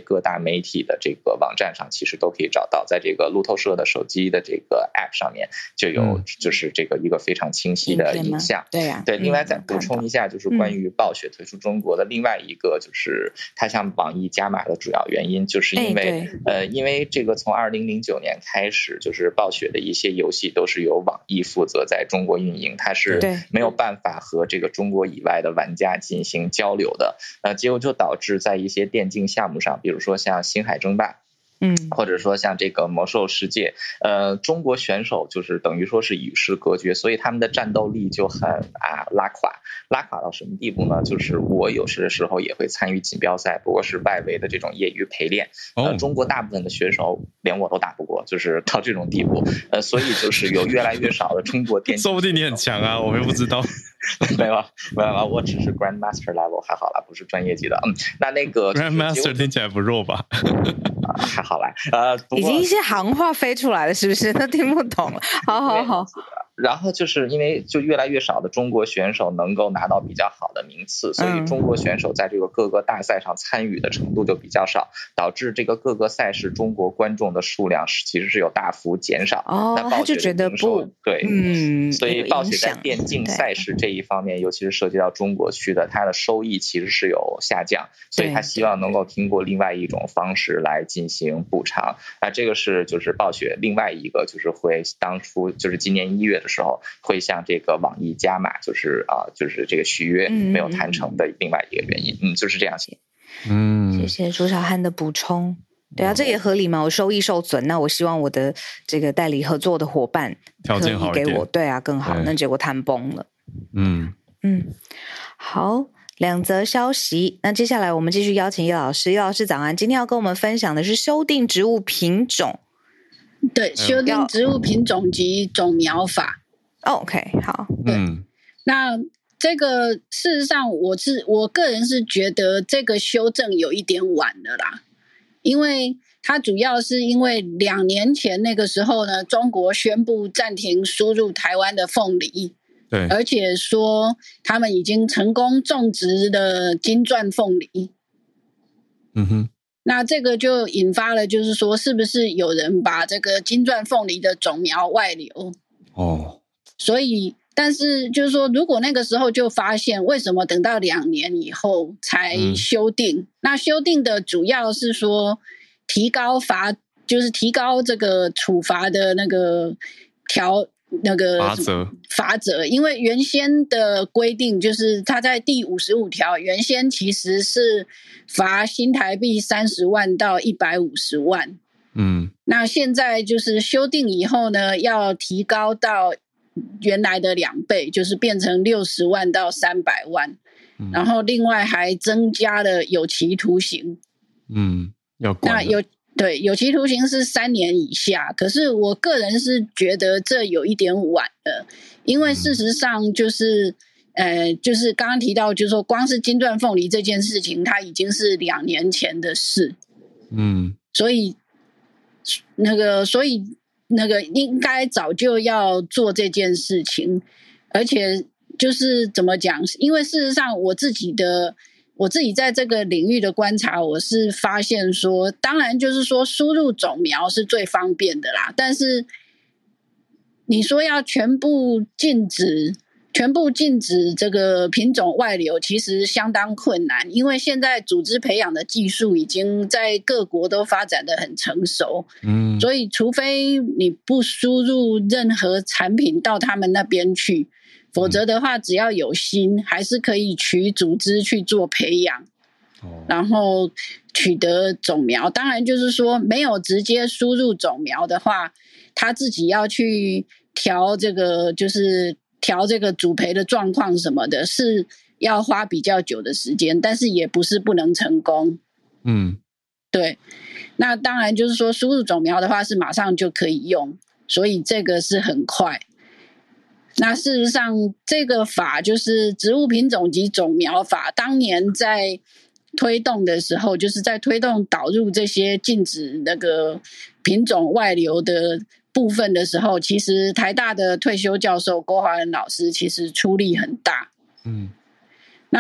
媒体的这个网站上其实都可以找到，在这个路透社的手机的这个 App 上面就有就是这个一个非常清晰的影像。 对呀、啊， 对。另外再补充一下，就是关于暴雪退出中国的另外一个，就是它向网易加码的主要原因，就是因为呃，因为这个从二零零九年开始，就是暴雪的一些游戏都是由网易负责在中国运营，它是没有办法和这个中国以外的玩家进行交流的，呃，结果就导致在一些电竞项目上，比如说像星海争霸， 嗯， 或者说像这个魔兽世界，呃，中国选手就是等于说是与世隔绝，所以他们的战斗力就很啊拉垮，拉垮到什么地步呢？就是我有时的时候也会参与锦标赛，不过是外围的这种业余陪练，呃，中国大部分的选手连我都打不过，就是到这种地步，呃，所以就是有越来越少的中国电竞， 说不定你很强啊，我们不知道。 没有没有，我只是 Grandmaster level 还好啦，不是专业级的。嗯，那那个 Grandmaster 听起来不弱吧？ 啊、还好啦，呃， 已经一些行话飞出来了，是不是？都听不懂了。好好好。 然后就是因为就越来越少的中国选手能够拿到比较好的名次，所以中国选手在这个各个大赛上参与的程度就比较少，导致这个各个赛事中国观众的数量是其实是有大幅减少。 哦， 那他就觉得不对， 嗯， 所以暴雪在电竞赛事这一方面，尤其是涉及到中国区的，它的收益其实是有下降，所以他希望能够通过另外一种方式来进行补偿。那这个是就是暴雪另外一个就是会当初就是今年一月的时候会向这个网易加码，就是啊、呃，就是这个续约没有谈成的另外一个原因，嗯，就是这样。 嗯，谢谢朱小汉的补充。对啊，这也合理嘛，我收益受损，那我希望我的这个代理合作的伙伴条件好一点， 给我对啊更好，那结果谈崩了。 嗯嗯，好。两则消息，那接下来我们继续邀请叶老师。叶老师早安，今天要跟我们分享的是修订植物品种， 对，修订植物品种及种苗法。 OK， 好， 嗯， 那这个事实上，我是我个人是觉得这个修正有一点晚了啦，因为它主要是因为两年前那个时候呢，中国宣布暂停输入台湾的凤梨。 对， 而且说他们已经成功种植了金钻凤梨。 嗯哼， 那这个就引发了，就是说是不是有人把这个金钻凤梨的种苗外流？ 哦， 所以，但是就是说，如果那个时候就发现，为什么等到两年以后才修订？嗯、那修订的主要是说提高罚，就是提高这个处罚的那个条。那个罚则， 罚则，因为原先的规定就是它在第五十五条，原先其实是罚新台币三十万到一百五十万， 嗯， 那现在就是修订以后呢，要提高到原来的两倍，就是变成六十万到三百万，嗯，然后另外还增加了有期徒刑， 嗯，要管那有。对，有期徒刑是三年以下，可是我个人是觉得这有一点晚了，因为事实上就是，呃，就是刚刚提到，就是说光是金钻凤梨这件事情，它已经是两年前的事， 嗯， 所以那个，所以那个应该早就要做这件事情，而且就是怎么讲？因为事实上我自己的。我自己在这个领域的观察，我是发现说，当然就是说输入种苗是最方便的啦，但是你说要全部禁止，全部禁止这个品种外流，其实相当困难，因为现在组织培养的技术已经在各国都发展得很成熟， 嗯， 所以除非你不输入任何产品到他们那边去。否则的话，只要有心，还是可以取组织去做培养， 哦， 然后取得种苗。当然，就是说没有直接输入种苗的话，他自己要去调这个，就是调这个主培的状况什么的，是要花比较久的时间，但是也不是不能成功。 嗯， 对。那当然就是说，输入种苗的话是马上就可以用，所以这个是很快。那事实上，这个法就是植物品种及种苗法，当年在推动的时候，就是在推动导入这些禁止那个品种外流的部分的时候，其实台大的退休教授郭华仁老师其实出力很大。 嗯， 那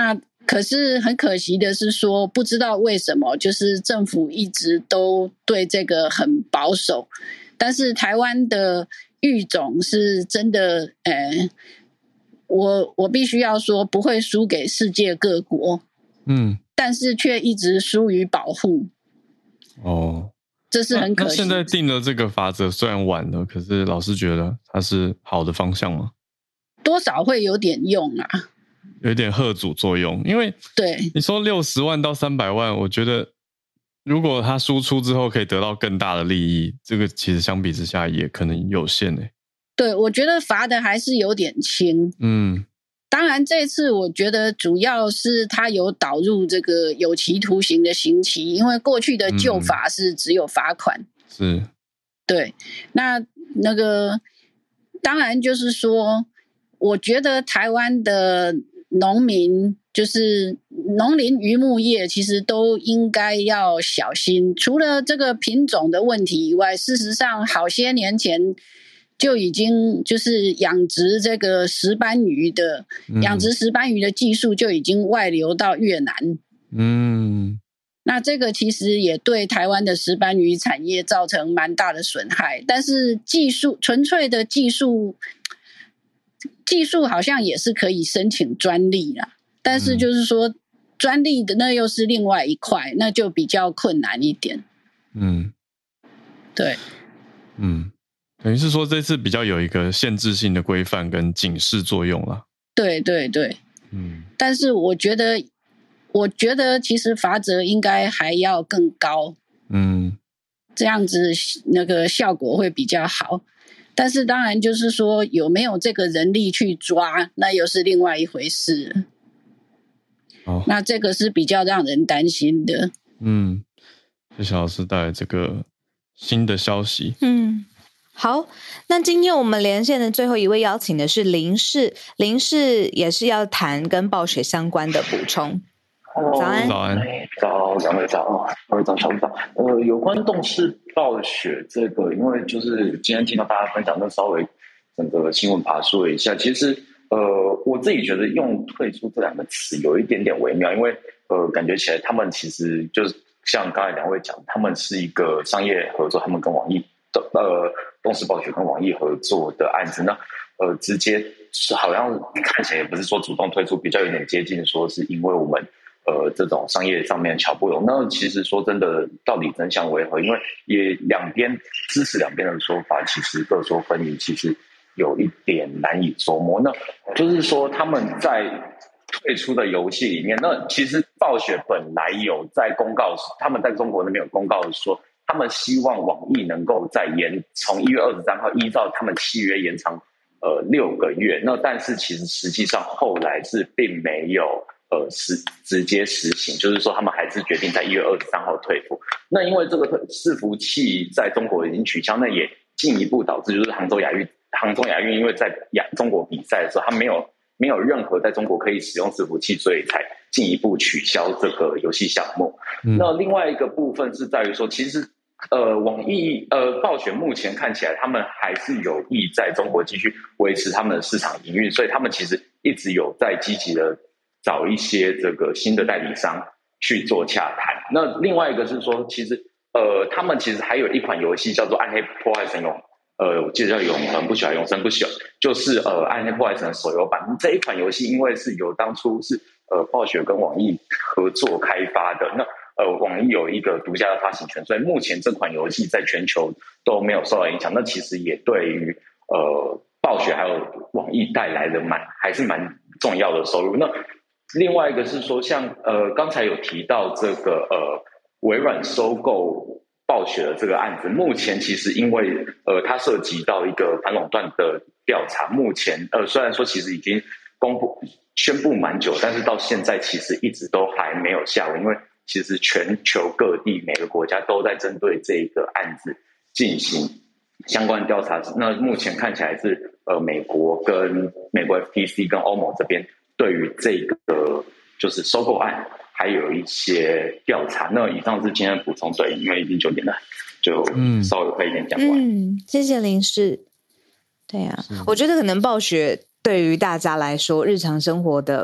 可是很可惜的是说，不知道为什么，就是政府一直都对这个很保守。但是台湾的育种是真的，呃，我我必须要说不会输给世界各国，嗯，但是却一直输于保护。哦，这是很可惜。 那, 那现在定了这个法则，虽然晚了，可是老师觉得它是好的方向吗？ 多少会有点用啊。 有点吓阻作用，因为对你说六十万到三百万，我觉得如果它输出之后可以得到更大的利益，这个其实相比之下也可能有限诶。 对，我觉得罚的还是有点轻。嗯，当然这次我觉得主要是它有导入这个有期徒刑的刑期，因为过去的旧法是只有罚款。 嗯、是， 对，那那个当然就是说，我觉得台湾的农民就是农林渔牧业其实都应该要小心，除了这个品种的问题以外，事实上好些年前就已经就是养殖这个石斑鱼的、嗯、养殖石斑鱼的技术就已经外流到越南。嗯，那这个其实也对台湾的石斑鱼产业造成蛮大的损害，但是技术纯粹的技术技术好像也是可以申请专利啦，但是就是说专利的那又是另外一块，那就比较困难一点。嗯，对， 嗯，等于是说这次比较有一个限制性的规范跟警示作用啦。 对对对，嗯，但是我觉得，我觉得其实罚则应该还要更高，嗯，这样子那个效果会比较好。但是当然就是说有没有这个人力去抓，那又是另外一回事。哦，那这个是比较让人担心的。 嗯，谢谢老师带来这个新的消息。 嗯，好，那今天我们连线的最后一位邀请的是林氏，林氏也是要谈跟暴雪相关的补充。 早安， 早安， 早，两位早，各位早，小早。呃，有关动视暴雪这个，因为就是今天听到大家分享，那稍微整个新闻爬梳了一下。其实，呃，我自己觉得用退出这两个词有一点点微妙，因为呃，感觉起来他们其实就是像刚才两位讲，他们是一个商业合作，他们跟网易的呃动视暴雪跟网易合作的案子，那呃直接好像看起来也不是说主动退出，比较有点接近说是因为我们。呃，这种商业上面巧不容，那其实说真的，到底真相为何？因为也两边支持两边的说法，其实各说纷纭，其实有一点难以琢磨。那就是说，他们在退出的游戏里面，那其实暴雪本来有在公告，他们在中国那边有公告说，他们希望网易能够在延从一月二十三号依照他们契约延长呃六个月。那但是其实实际上后来是并没有。呃，实直接实行，就是说他们还是决定在一月二十三号退服。那因为这个伺服器在中国已经取消，那也进一步导致就是杭州亚运，杭州亚运因为在亚中国比赛的时候，它没有没有任何在中国可以使用伺服器，所以才进一步取消这个游戏项目。嗯、那另外一个部分是在于说，其实呃，网易呃暴雪目前看起来他们还是有意在中国继续维持他们的市场营运，所以他们其实一直有在积极的。找一些这个新的代理商去做洽谈。那另外一个是说，其实呃，他们其实还有一款游戏叫做《暗黑破坏神永》，呃，我记得叫永恒不朽，永生不朽，就是呃《暗黑破坏神》的手游版。这一款游戏因为是有当初是呃暴雪跟网易合作开发的，那呃网易有一个独家的发行权，所以目前这款游戏在全球都没有受到影响。那其实也对于呃暴雪还有网易带来的蛮还是蛮重要的收入。那另外一个是说，像呃刚才有提到这个呃微软收购暴雪的这个案子，目前其实因为呃它涉及到一个反垄断的调查，目前呃虽然说其实已经公布宣布蛮久，但是到现在其实一直都还没有下文，因为其实全球各地每个国家都在针对这个案子进行相关调查。那目前看起来是呃美国跟美国 F T C 跟欧盟这边。对于这个就是收购案还有一些调查。那以上是今天的补充，对，因为已经九点了，就稍微快一点讲完。 嗯，谢谢林氏。对啊，我觉得可能暴雪对于大家来说，日常生活的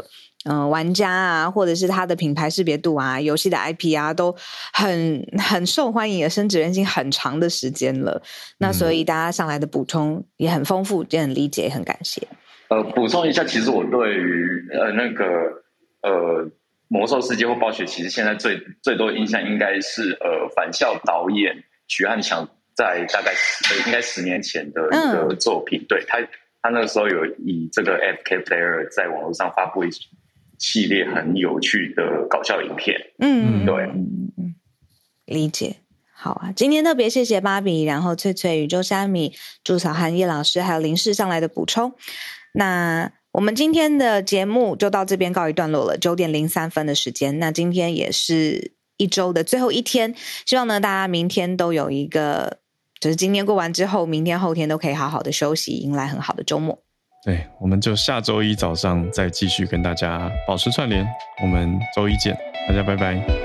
呃玩家啊，或者是它的品牌识别度啊，游戏的 I P 啊，都很很受欢迎，也深植人心很长的时间了。那所以大家上来的补充也很丰富，也很理解，很感谢。 呃，补充一下，其实我对于呃那个呃魔兽世界或暴雪，其实现在最最多印象应该是呃返校导演许汉强在大概十应该十年前的一个作品，嗯、对他他那个时候有以这个 F K Player 在网络上发布一系列很有趣的搞笑影片。 嗯， 对， 嗯嗯，理解。好啊，今天特别谢谢芭比，然后翠翠、宇宙虾米、朱小涵、叶老师还有林氏上来的补充。那我们今天的节目就到这边告一段落了，九点零三分的时间。那今天也是一周的最后一天，希望呢大家明天都有一个，就是今天过完之后，明天后天都可以好好的休息，迎来很好的周末。 对，我们就下周一早上再继续跟大家保持串联，我们周一见，大家拜拜。